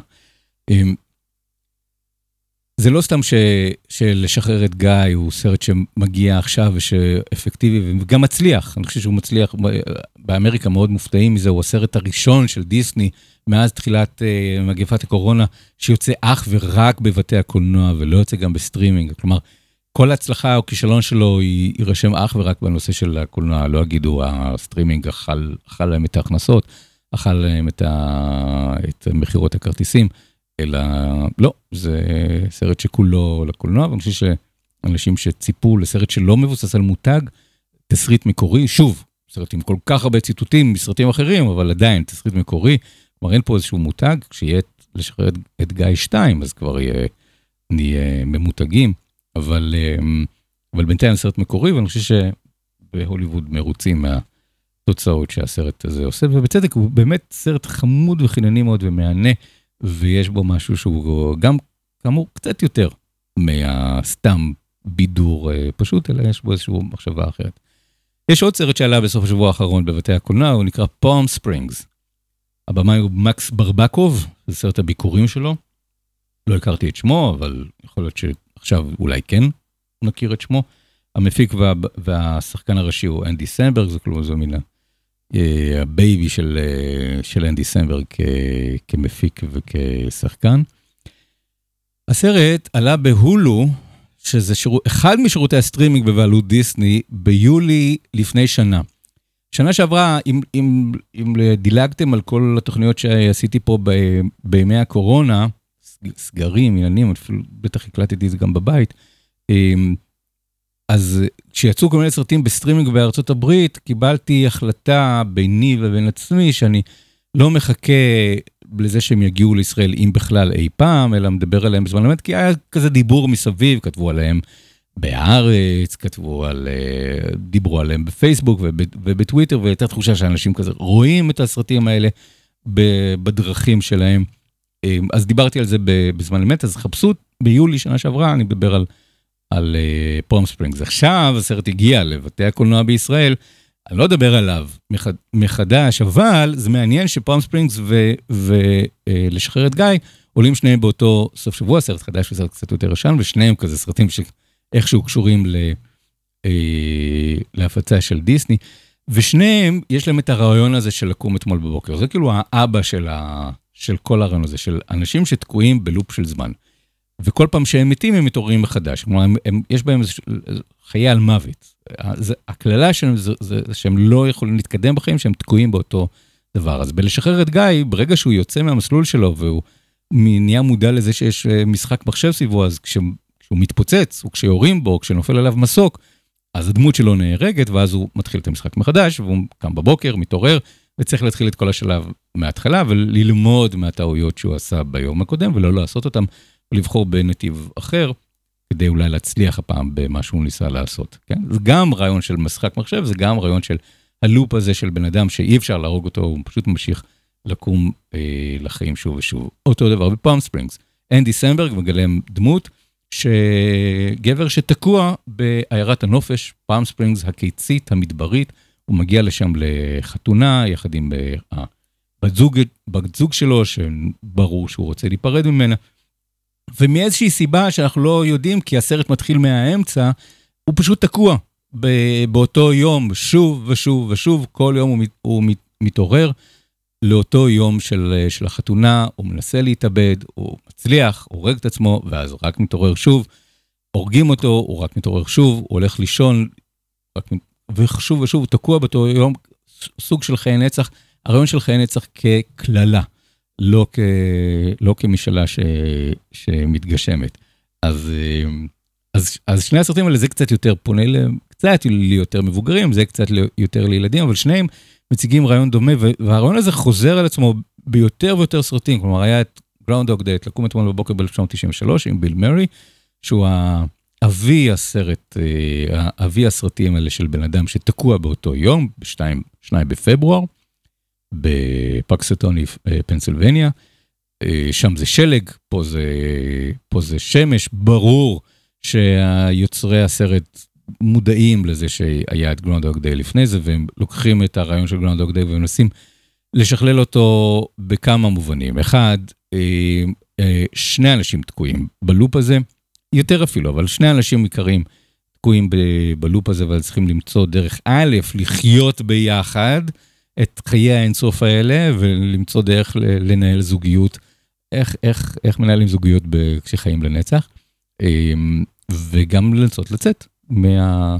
זה לא סתם ש, שלשחרר את גיא הוא סרט שמגיע עכשיו ושאפקטיבי וגם מצליח. אני חושב שהוא מצליח, באמריקה מאוד מופתעים מזה, הוא הסרט הראשון של דיסני מאז תחילת מגפת הקורונה, שיוצא אך ורק בבתי הקולנוע ולא יוצא גם בסטרימינג. כלומר, כל ההצלחה או כישלון שלו יירשם אך ורק בנושא של הקולנוע, לא אגידו, הסטרימינג אכל, אכל להם את ההכנסות, אכל להם את, ה... את מחירות הכרטיסים, אלא לא, זה סרט שכולו לקולנוע, ואני חושב שאנשים שציפו לסרט שלא מבוסס על מותג, תסריט מקורי, שוב, סרט עם כל כך הרבה ציטוטים מסרטים אחרים, אבל עדיין תסריט מקורי, כלומר אין פה איזשהו מותג, כשיהיה לשחרר את גיא שתיים, אז כבר יהיה, נהיה ממותגים, אבל, אבל בינתיים סרט מקורי, ואני חושב שבהוליווד מרוצים מהתוצאות שהסרט הזה עושה, ובצדק הוא באמת סרט חמוד וחינני מאוד ומענה, ויש בו משהו שהוא גם, כאמור, קצת יותר מהסתם בידור פשוט, אלא יש בו איזושהי מחשבה אחרת. יש עוד סרט שעלה בסוף השבוע האחרון בבתי הקולנוע, הוא נקרא פאלם ספרינגס. הבמאי הוא מקס ברבקוב, זה סרט הביקורים שלו. לא הכרתי את שמו, אבל יכול להיות שעכשיו אולי כן נכיר את שמו. המפיק וה, והשחקן הראשי הוא אנדי סמברג, זה כלומר זו מילה. הבייבי של, של אנדי סמברג כ, כמפיק וכשחקן. הסרט עלה בהולו, שזה שירות, אחד משירותי הסטרימינג בבעלות דיסני, ביולי לפני שנה. שנה שעברה, אם, אם, אם דילגתם על כל התוכניות שעשיתי פה ב, בימי הקורונה, סגרים, עניינים, אפילו בטח הקלטתי את זה גם בבית. אז כשיצאו כל מיני סרטים בסטרימינג בארצות הברית, קיבלתי החלטה ביני ובין עצמי, שאני לא מחכה לזה שהם יגיעו לישראל, אם בכלל אי פעם, אלא מדבר עליהם בזמן אמת, כי היה כזה דיבור מסביב, כתבו עליהם בארץ, כתבו על, דיברו עליהם בפייסבוק ובטוויטר, והייתה תחושה שאנשים כזה רואים את הסרטים האלה בדרכים שלהם. אז דיברתי על זה בזמן אמת, אז חפשו ביולי שנה שעברה, אני מדבר על, על פום ספרינגס. עכשיו הסרט הגיע לבתי הקולנוע בישראל, אני לא אדבר עליו מחד, מחדש, אבל זה מעניין שפום ספרינגס ולשחרר את גיא, עולים שניהם באותו סוף שבוע, סרט חדש וסרט קצת יותר ראשון, ושניהם כזה סרטים שאיכשהו קשורים ל, אה, להפצה של דיסני, ושניהם יש להם את הרעיון הזה של לקום אתמול בבוקר, זה כאילו האבא של, ה, של כל הרעיון הזה, של אנשים שתקועים בלופ של זמן, וכל פעם שהם מתים הם מתעוררים מחדש, כלומר, הם, הם, יש בהם חיי על מוות, הכללה שלהם זה, זה, זה שהם לא יכולים להתקדם בחיים, שהם תקועים באותו דבר, אז בלשחרר את גיא, ברגע שהוא יוצא מהמסלול שלו, והוא נהיה מודע לזה שיש משחק מחשב סביבו, אז כש, כשהוא מתפוצץ, או כשיורים בו, או כשנופל עליו מסוק, אז הדמות שלו נהרגת, ואז הוא מתחיל את המשחק מחדש, והוא קם בבוקר, מתעורר, וצריך להתחיל את כל השלב מההתחלה, וללמוד מהטעויות שהוא עשה ביום הקודם, ולא לעשות אותם, ולבחור בנתיב אחר, כדי אולי להצליח הפעם במה שהוא ניסה לעשות. כן? זה גם רעיון של משחק מחשב, זה גם רעיון של הלופ הזה של בן אדם, שאי אפשר להרוג אותו, הוא פשוט ממשיך לקום אה, לחיים שוב ושוב. אותו דבר בפום ספרינגס. אנדי סמברג מגלם דמות, שגבר שתקוע בעיירת הנופש, פום ספרינגס הקיצית, המדברית, הוא מגיע לשם לחתונה, יחד עם בת זוג, בת זוג שלו, שברור שהוא רוצה להיפרד ממנה, ומאיזושהי סיבה שאנחנו לא יודעים, כי הסרט מתחיל מהאמצע, הוא פשוט תקוע באותו יום, שוב ושוב ושוב, כל יום הוא, הוא מתעורר לאותו יום של, של החתונה, הוא מנסה להתאבד, הוא מצליח, הוא הורג את עצמו, ואז רק מתעורר שוב, הורגים אותו, הוא רק מתעורר שוב, הוא הולך לישון, רק, ושוב ושוב, הוא תקוע באותו יום, סוג של חיי נצח, הרעיון של חיי נצח ככללה, לא, כ, לא כמשאלה ש, שמתגשמת. אז, אז, אז שני הסרטים האלה זה קצת יותר פונה, קצת ליותר מבוגרים, זה קצת יותר לילדים, אבל שניהם מציגים רעיון דומה, והרעיון הזה חוזר על עצמו ביותר ויותר סרטים, כלומר היה את גראונדהוג דיי, לקום אתמול בבוקר ב-אלף תשע מאות תשעים ושלוש עם ביל מרי, שהוא אבי הסרט, אבי הסרטים האלה של בן אדם שתקוע באותו יום, בשתיים, שניים בפברואר, בפקסטוני, פנסילבניה, שם זה שלג, פה זה, פה זה שמש, ברור שהיוצרי הסרט מודעים לזה שהיה את גראונדהוג דיי לפני זה, והם לוקחים את הרעיון של גראונדהוג דיי ומנסים לשכלל אותו בכמה מובנים. אחד, שני אנשים תקועים בלופ הזה, יותר אפילו, אבל שני אנשים עיקריים תקועים בלופ הזה, אבל צריכים למצוא דרך א', לחיות ביחד את חיי האינסוף האלה, ולמצוא דרך לנהל זוגיות, איך, איך, איך מנהלים זוגיות כשחיים לנצח, וגם לנסות לצאת מה,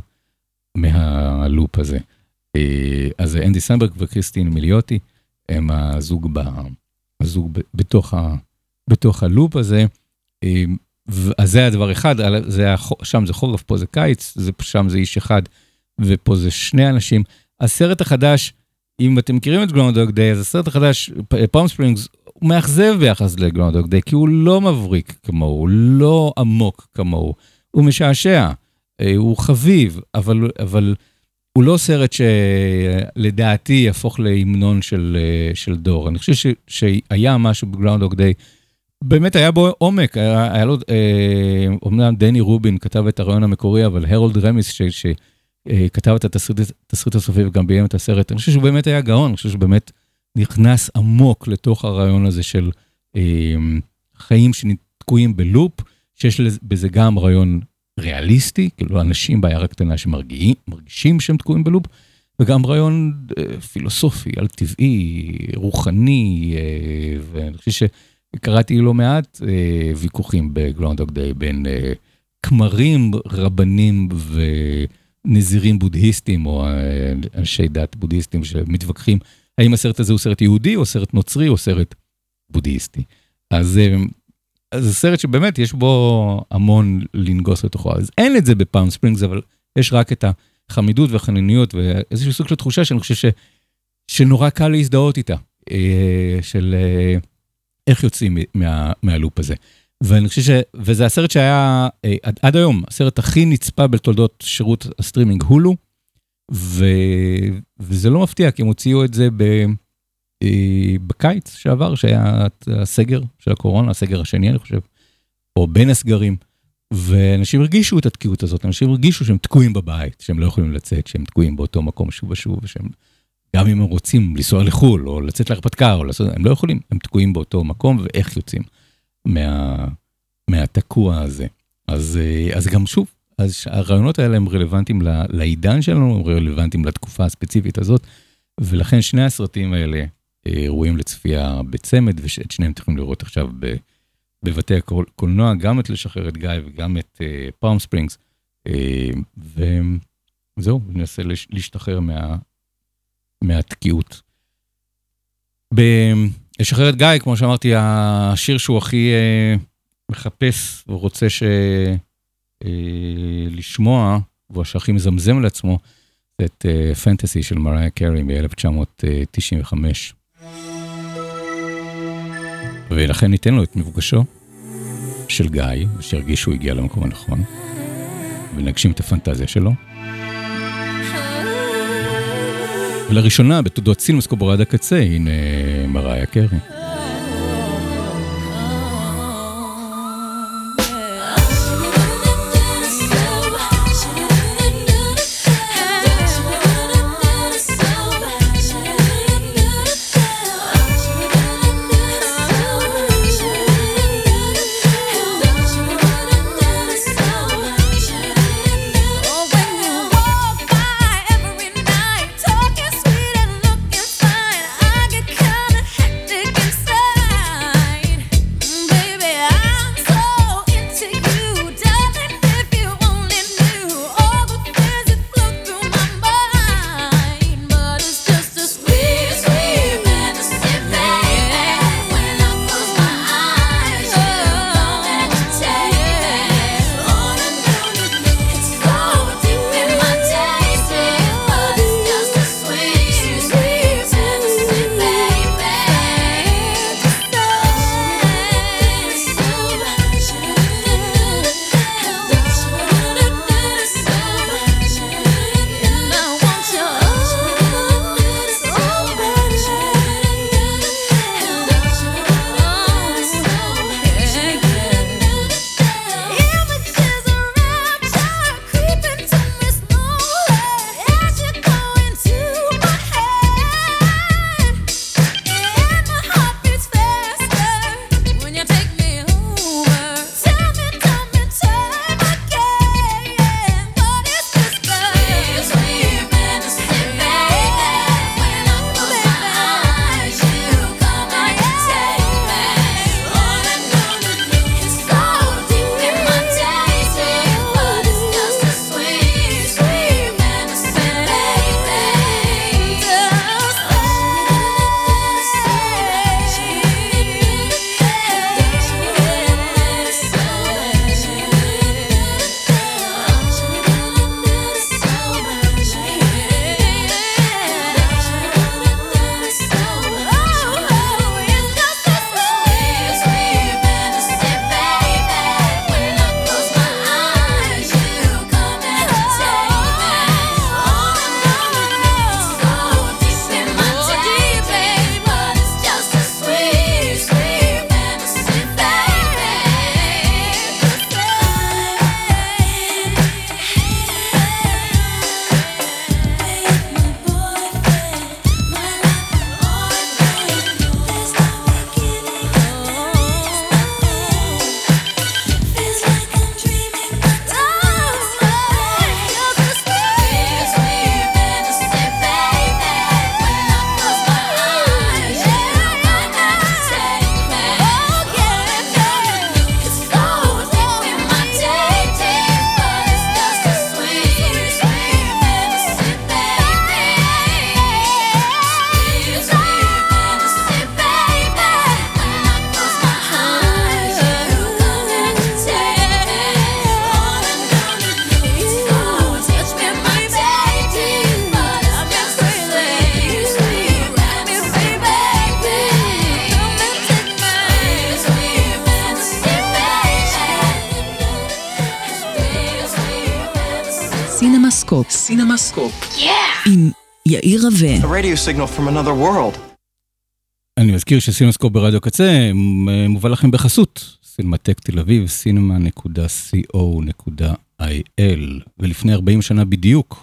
מהלופ הזה. אז אנדי סמברג וקריסטין מיליוטי, הם הזוג, ב, הזוג ב, בתוך, ה, בתוך הלופ הזה, אז זה הדבר אחד, זה, שם זה חורף, פה זה קיץ, זה, שם זה איש אחד, ופה זה שני אנשים. הסרט החדש, אם אתם מכירים את גראונדהוג דיי, אז הסרט החדש, פום ספרינגס, הוא מאכזב ביחס לגראונדהוג דיי, כי הוא לא מבריק כמוהו, הוא לא עמוק כמוהו, הוא משעשע, הוא חביב, אבל, אבל הוא לא סרט שלדעתי יהפוך להמנון של, של דור. אני חושב ש, שהיה משהו בגראונדהוג דיי, באמת היה בו עומק, היה, היה לו, אה, אומנם דני רובין כתב את הרעיון המקורי, אבל הרולד רמיס ש... ש כתב את התסריט, התסריט הסופי וגם ביים את הסרט, אני חושב שהוא באמת היה גאון, אני חושב שהוא באמת נכנס עמוק לתוך הרעיון הזה של אה, חיים שנתקועים בלופ, שיש בזה גם רעיון ריאליסטי, כאילו אנשים בעיירה קטנה שמרגישים שהם תקועים בלופ, וגם רעיון אה, פילוסופי, על טבעי, רוחני, אה, ואני חושב שקראתי לא מעט אה, ויכוחים בגראונדהוג דיי בין אה, כמרים, רבנים ו... נזירים בודהיסטים, או אנשי דת בודהיסטים שמתווכחים, האם הסרט הזה הוא סרט יהודי, או סרט נוצרי, או סרט בודהיסטי. אז אז זה סרט שבאמת יש בו המון לנגוס לתוכו, אז אין את זה בפאלם ספרינגס, אבל יש רק את החמידות והחניניות, ואיזשהו סוג של תחושה שאני חושב ש, שנורא קל להזדהות איתה, של איך יוצאים מה, מהלופ הזה. ואני חושב ש... וזה הסרט שהיה, עד, עד היום, הסרט הכי נצפה בתולדות שירות הסטרימינג הולו, ו... וזה לא מפתיע, כי הם הוציאו את זה ב... בקיץ שעבר, שהיה הסגר של הקורונה, הסגר השני, אני חושב, או בין הסגרים, ואנשים הרגישו את התקיעות הזאת, אנשים הרגישו שהם תקועים בבית, שהם לא יכולים לצאת, שהם תקועים באותו מקום שוב ושוב, ושהם, גם אם הם רוצים לנסוע לחול, או לצאת להרפתקה, או לעשות, הם לא יכולים, הם תקועים באותו מקום, ואיך יוצאים מה, מהתקוע הזה. אז, אז גם שוב, אז הרעיונות האלה הם רלוונטיים לעידן שלנו, הם רלוונטיים לתקופה הספציפית הזאת, ולכן שני הסרטים האלה ראויים לצפייה בצמד, ואת שניהם צריכים לראות עכשיו בבתי הקולנוע, גם את לשחרר את גיא וגם את פאלם ספרינגס, וזהו, ננסה להשתחרר מה, מהתקיעות. לשחרר את גיא, כמו שאמרתי, השיר שהוא הכי מחפש ורוצה לשמוע, והוא שהכי מזמזם לעצמו, זה את פנטסי של מריה קרי ב-אלף תשע מאות תשעים וחמש. ולכן ניתן לו את מפגשו של גיא, שירגיש שהוא הגיע למקום הנכון, ונגשים את הפנטזיה שלו. ולראשונה, בתודות סילמסקופ עד הקצה, הנה מריה קרי. Talking sweet and looking fine, I get kinda hectic. סינמסקופ. סינמסקופ. עם יאיר רווה. A radio signal from another world. אני מזכיר שסינמסקופ ברדיו קצה מובא לכם בחסות. סינמטק תל אביב, סינמה נקודה סי או נקודה איי אל. ולפני ארבעים שנה בדיוק.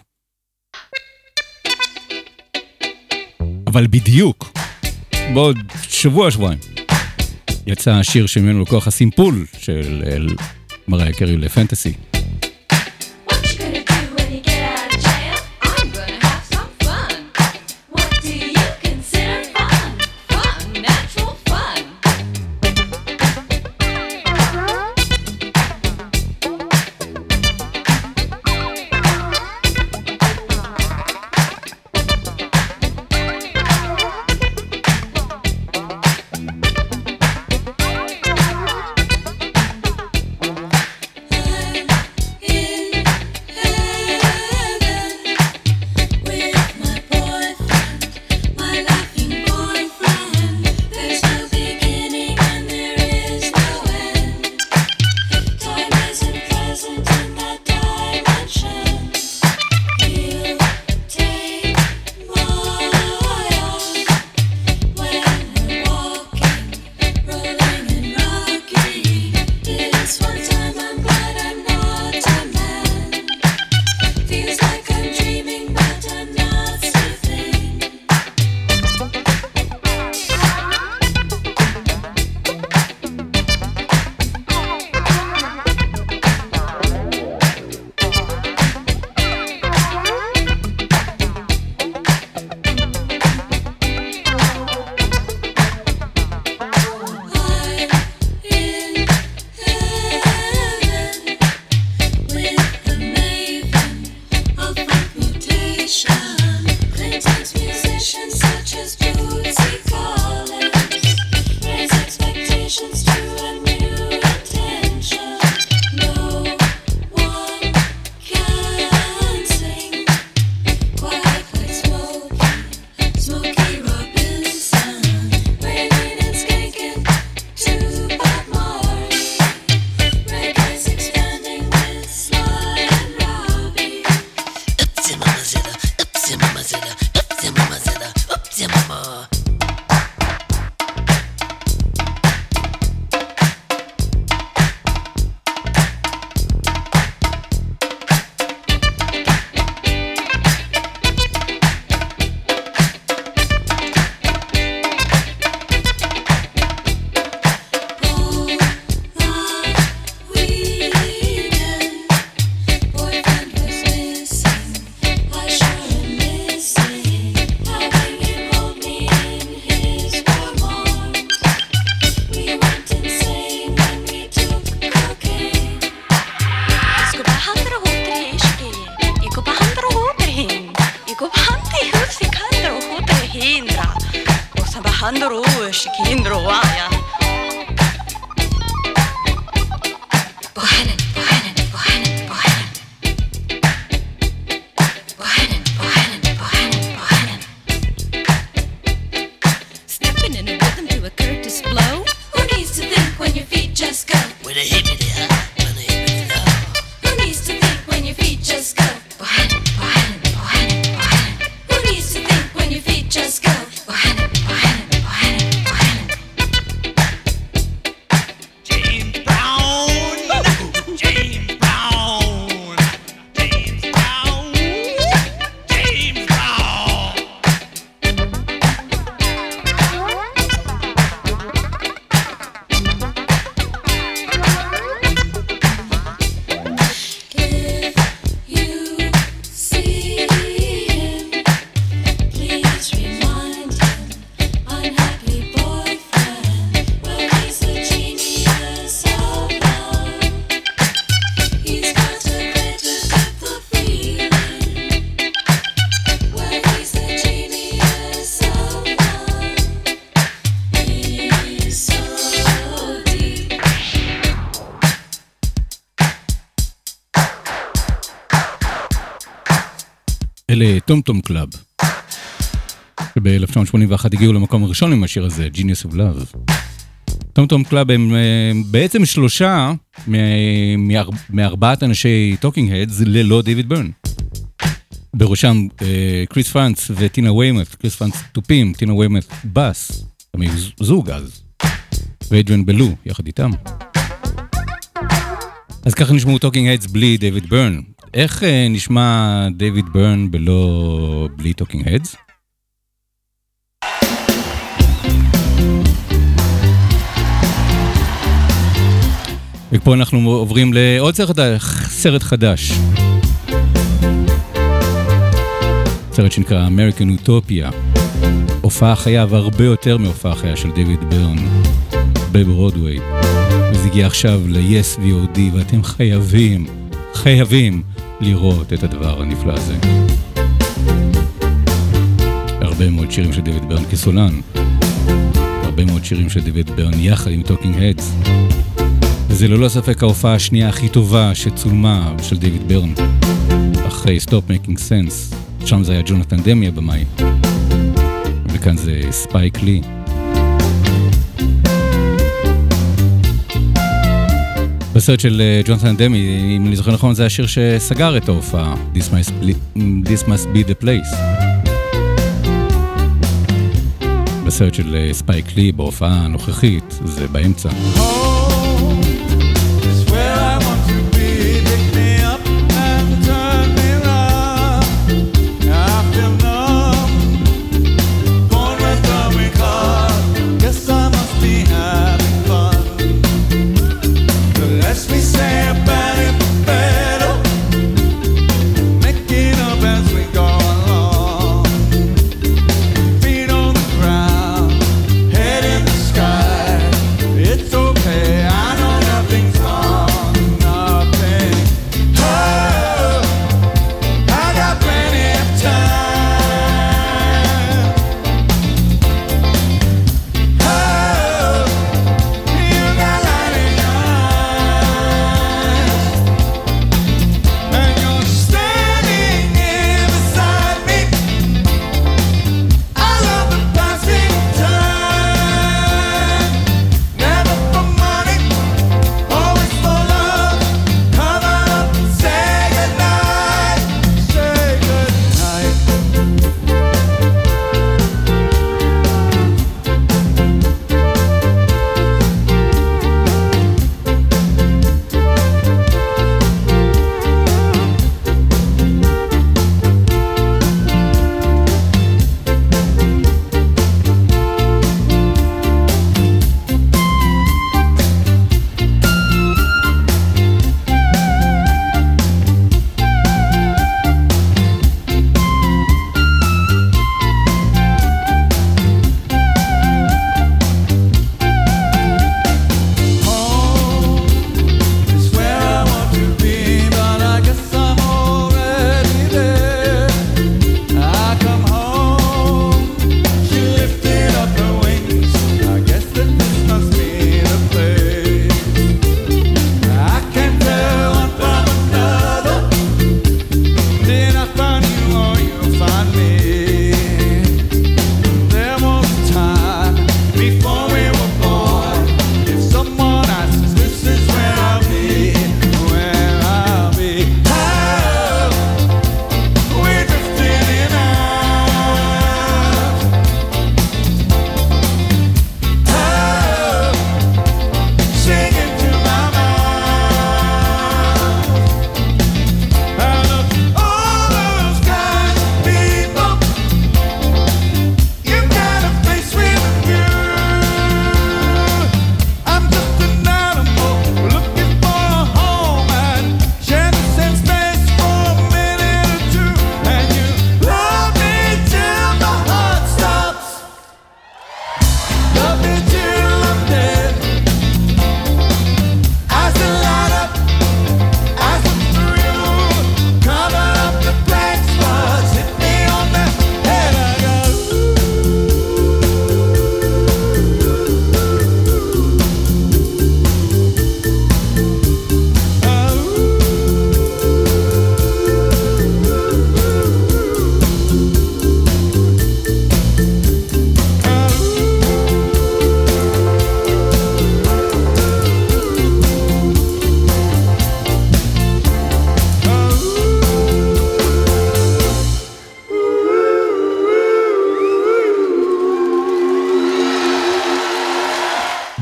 אבל בדיוק. בעוד שבוע, שבועיים. יצא השיר שממנו לקוח הסימפול של מריה קרי לפנטסי. אלה טום-טום קלאב, שב-אלף תשע מאות שמונים ואחת הגיעו למקום הראשון עם השיר הזה, Genius of Love. טום טום קלאב הם בעצם שלושה מארבעת אנשי טוקינג הדס ללא דיוויד ברן. בראשם קריס פרנץ וטינה ויימת', קריס פרנץ טופים, טינה ויימת' בס, הם היו זוג אז, ואדריאן בלו יחד איתם. אז ככה נשמעו טוקינג הדס בלי דיוויד ברן. איך נשמע דיוויד ברן בלא בלי טוקינג הדס? ופה אנחנו עוברים לעוד סרט חדש. סרט שנקרא American Utopia. הופעה חיה והרבה יותר מהופעה חיה של דיוויד ברן בברודווי. וזה הגיע עכשיו ל-Yes וי או די, ואתם חייבים, חייבים לראות את הדבר הנפלא הזה. הרבה מאוד שירים של דיוויד ברן כסולן. הרבה מאוד שירים של דיוויד ברן יחד עם טוקינג הדס. וזה ללא ספק ההופעה השנייה הכי טובה שצולמה של דיוויד ברן. אחרי Stop Making Sense. שם זה היה ג'ונתן דמי הבמאי. וכאן זה ספייק לי. בסרט של ג'ונתן דמי, אם אני זוכר נכון, זה השיר שסגר את ההופעה. This must be, This must be the place. בסרט של ספייק לי, בהופעה הנוכחית, זה באמצע. It's okay.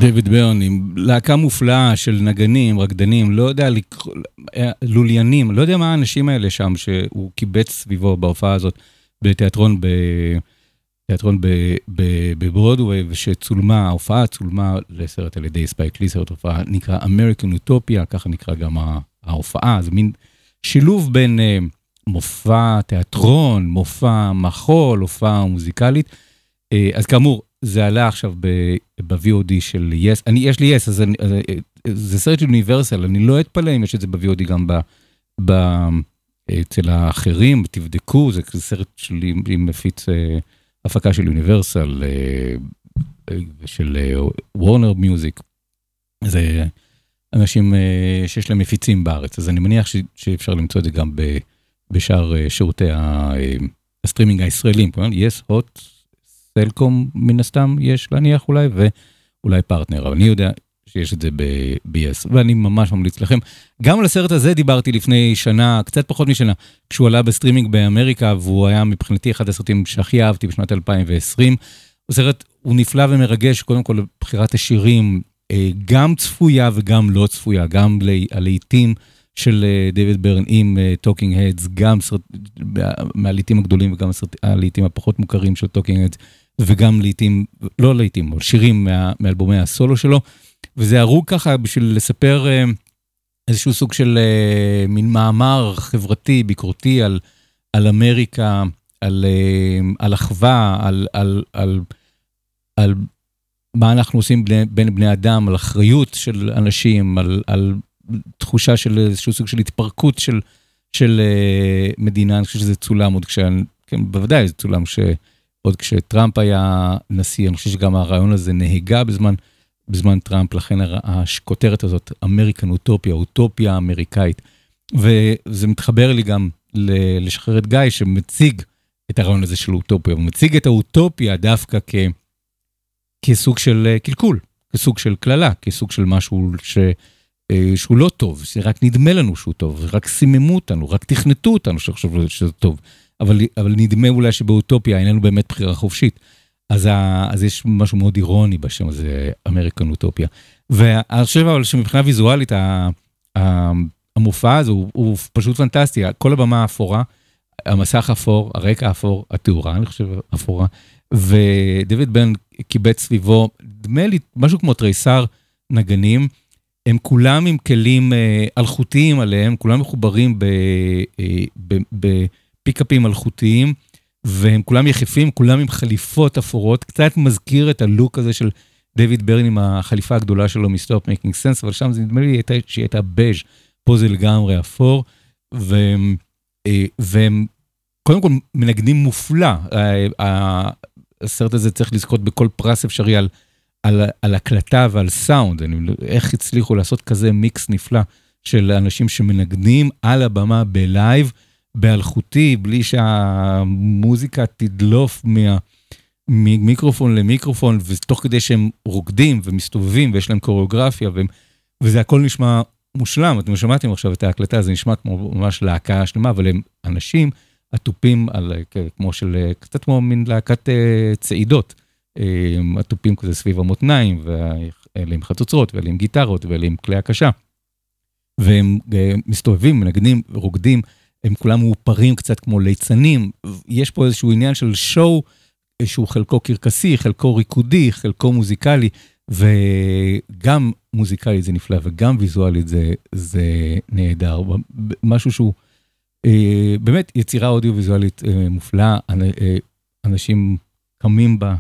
דיוויד ברן עם להקה מופלאה של נגנים, רקדנים, לא יודע, לוליינים, לא יודע מה האנשים האלה שם שהוא קיבץ סביבו בהופעה הזאת בתיאטרון ב... תיאטרון בברודווי, ושצולמה, ההופעה צולמה לסרט על ידי ספייק לי, סרט הופעה נקרא American Utopia, ככה נקרא גם ההופעה, זה מין שילוב בין מופע תיאטרון, מופע מחול, הופעה מוזיקלית, אז כאמור, זה עלה עכשיו ב-וי או די של יס, אני, יש לי יס, אז אני, זה סרט של אוניברסל, אני לא אתפלא אם יש את זה ב-וי או די גם ב... ב אצל האחרים, תבדקו, זה סרט שלי מפיץ הפקה של אוניברסל, של וורנר מיוזיק, זה אנשים שיש להם מפיצים בארץ, אז אני מניח שאפשר למצוא את זה גם בשאר שירותי הסטרימינג הישראלים, יש הוט, סלקום מן הסתם, יש להניח אולי, ואולי פרטנר, אבל אני יודע שיש את זה ב-יס, ואני ממש ממליץ לכם. גם על הסרט הזה דיברתי לפני שנה, קצת פחות משנה, כשהוא עלה בסטרימינג באמריקה, והוא היה מבחינתי אחד הסרטים שהכי אהבתי בשנת אלפיים ועשרים. הסרט הוא נפלא ומרגש, קודם כל בחירת השירים, גם צפויה וגם לא צפויה, גם הלהיטים של דיוויד ברן עם טוקינג הדס, גם מהלהיטים הגדולים וגם הלהיטים הפחות מוכרים של טוקינג הדס, וגם להיטים, לא להיטים, אבל שירים מאלבומי הסולו שלו, וזה הרוג ככה בשביל לספר איזשהו סוג של מין מאמר חברתי, ביקורתי על, על אמריקה, על, על אחווה, על, על, על, על מה אנחנו עושים בין בני אדם, על אחריות של אנשים, על, על תחושה של איזשהו סוג של התפרקות של, של מדינה. אני חושב שזה צולם עוד כשה, כן, בוודאי זה צולם שעוד כשטראמפ היה נשיא, אני חושב שגם הרעיון הזה נהגה בזמן, בזמן טראמפ, לכן הכותרת הזאת, אמריקן אוטופיה, אוטופיה אמריקאית, וזה מתחבר לי גם לשחרר את גיא, שמציג את הרעיון הזה של אוטופיה, ומציג את האוטופיה דווקא כ, כסוג של קלקול, כסוג של כללה, כסוג של משהו ש, שהוא לא טוב, שרק נדמה לנו שהוא טוב, רק סיממו אותנו, רק תכנתו אותנו שחשבו שזה טוב, אבל, אבל נדמה אולי שבאוטופיה איננו באמת בחירה חופשית, אז, אז יש משהו מאוד אירוני בשם הזה, אמריקן אוטופיה. ואני חושב אבל שמבחינה ויזואלית, המופע הזה הוא, הוא פשוט פנטסטי. כל הבמה אפורה, המסך אפור, הרקע אפור, התאורה, אני חושב אפורה, ודויד ברן קיבץ סביבו, דמה לי משהו כמו תריסר נגנים, הם כולם עם כלים אלחוטיים עליהם, כולם מחוברים בפיקאפים אלחוטיים, והם כולם יחפים, כולם עם חליפות אפורות, קצת מזכיר את הלוק הזה של דיוויד ברן עם החליפה הגדולה שלו מ-Stop Making Sense, אבל שם זה נדמה לי שהיא הייתה בז', פה זה לגמרי אפור, והם, והם קודם כל מנגנים מופלא, הסרט הזה צריך לזכות בכל פרס אפשרי על, על, על הקלטה ועל סאונד, איך הצליחו לעשות כזה מיקס נפלא של אנשים שמנגנים על הבמה בלייב, באלחוטי, בלי שהמוזיקה תדלוף מה, ממיקרופון למיקרופון, ותוך כדי שהם רוקדים ומסתובבים, ויש להם קוריאוגרפיה, והם, וזה הכל נשמע מושלם. אתם שמעתם עכשיו את ההקלטה, זה נשמע כמו ממש להקה שלמה, אבל הם אנשים עטופים על, כמו של, קצת כמו מין להקת צעידות, עטופים כזה סביב המותניים, ואלה עם חצוצרות, ואלה עם גיטרות, ואלה עם כלי הקשה. והם מסתובבים, מנגנים, רוקדים, הם כולם מאופרים קצת כמו ליצנים, יש פה איזשהו עניין של שואו, שהוא חלקו קרקסי, חלקו ריקודי, חלקו מוזיקלי, וגם מוזיקלית זה נפלא, וגם ויזואלית זה, זה נהדר, משהו שהוא אה, באמת יצירה אודיו-ויזואלית אה, מופלאה, אה, אנשים קמים ב,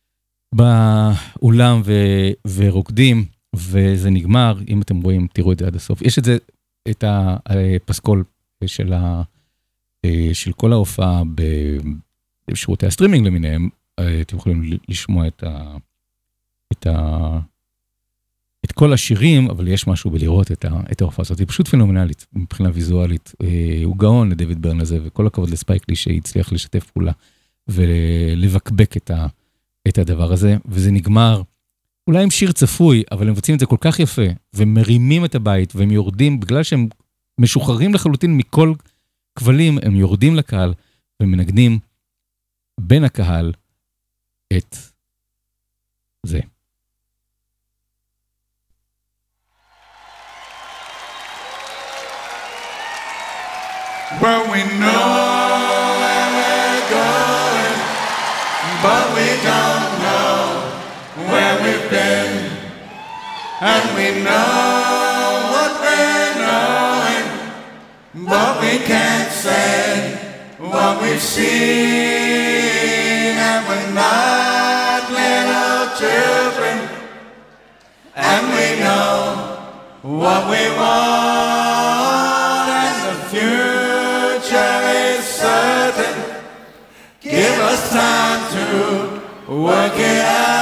באולם ו, ורוקדים, וזה נגמר, אם אתם רואים, תראו את זה עד הסוף. יש את זה, את הפסקול, של, ה, של כל ההופעה בשירותי הסטרימינג למיניהם, אתם יכולים לשמוע את, ה, את, ה, את כל השירים, אבל יש משהו בלראות את, ה, את ההופעה הזאת. היא פשוט פנומנלית, מבחינה ויזואלית. הוא גאון לדיוויד ברן הזה, וכל הכבוד לספייק לי שהצליח לשתף פעולה, ולבקבק את, ה, את הדבר הזה, וזה נגמר, אולי עם שיר צפוי, אבל הם מבצעים את זה כל כך יפה, ומרימים את הבית, והם יורדים, בגלל שהם משוחררים לחלוטין מכל כבלים, הם יורדים לקהל ומנגנים בין הקהל את זה. Well, we know where we're going, but we don't know where we've been. And we know what we're knowing, but we can't say what we've seen. And we're not little children, and we know what we want, and the future is certain. Give us time to work it out.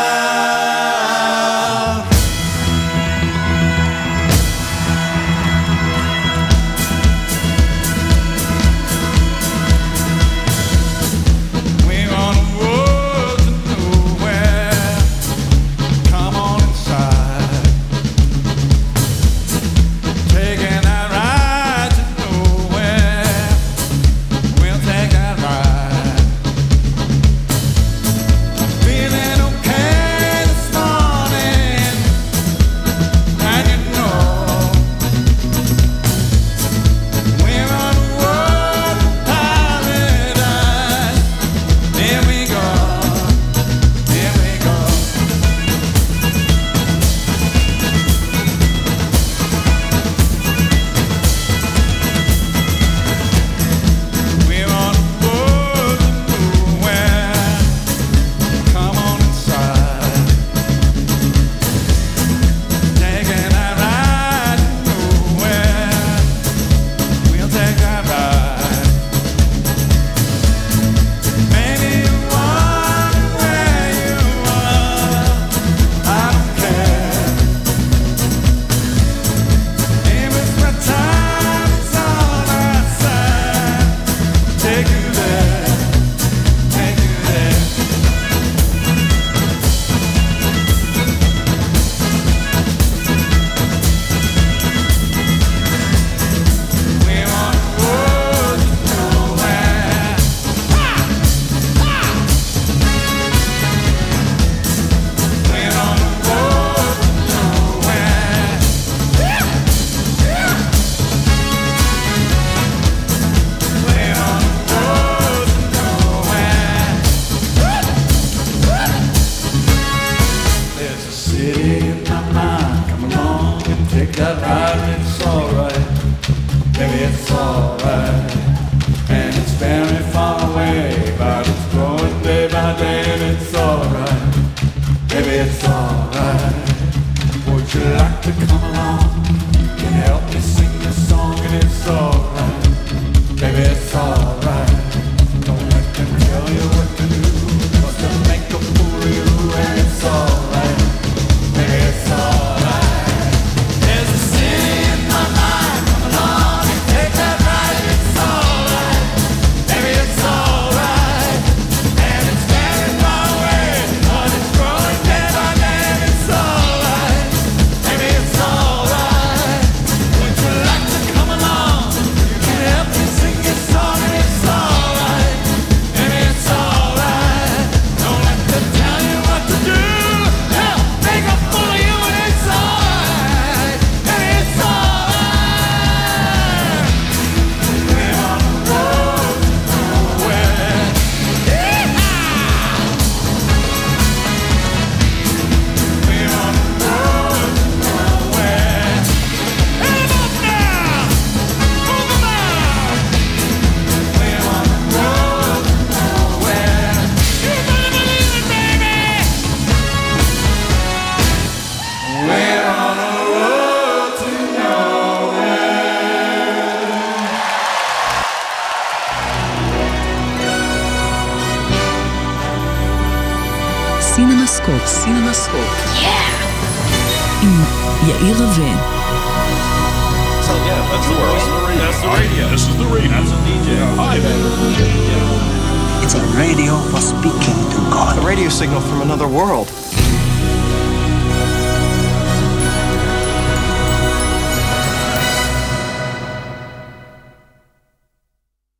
סינמסקופ, סינמסקופ. עם יאיר רווה. So yeah, that's the world. That's the radio. This is the radio. That's a D J. Hi there. Yeah. It's a radio for speaking to God. A radio signal from another world.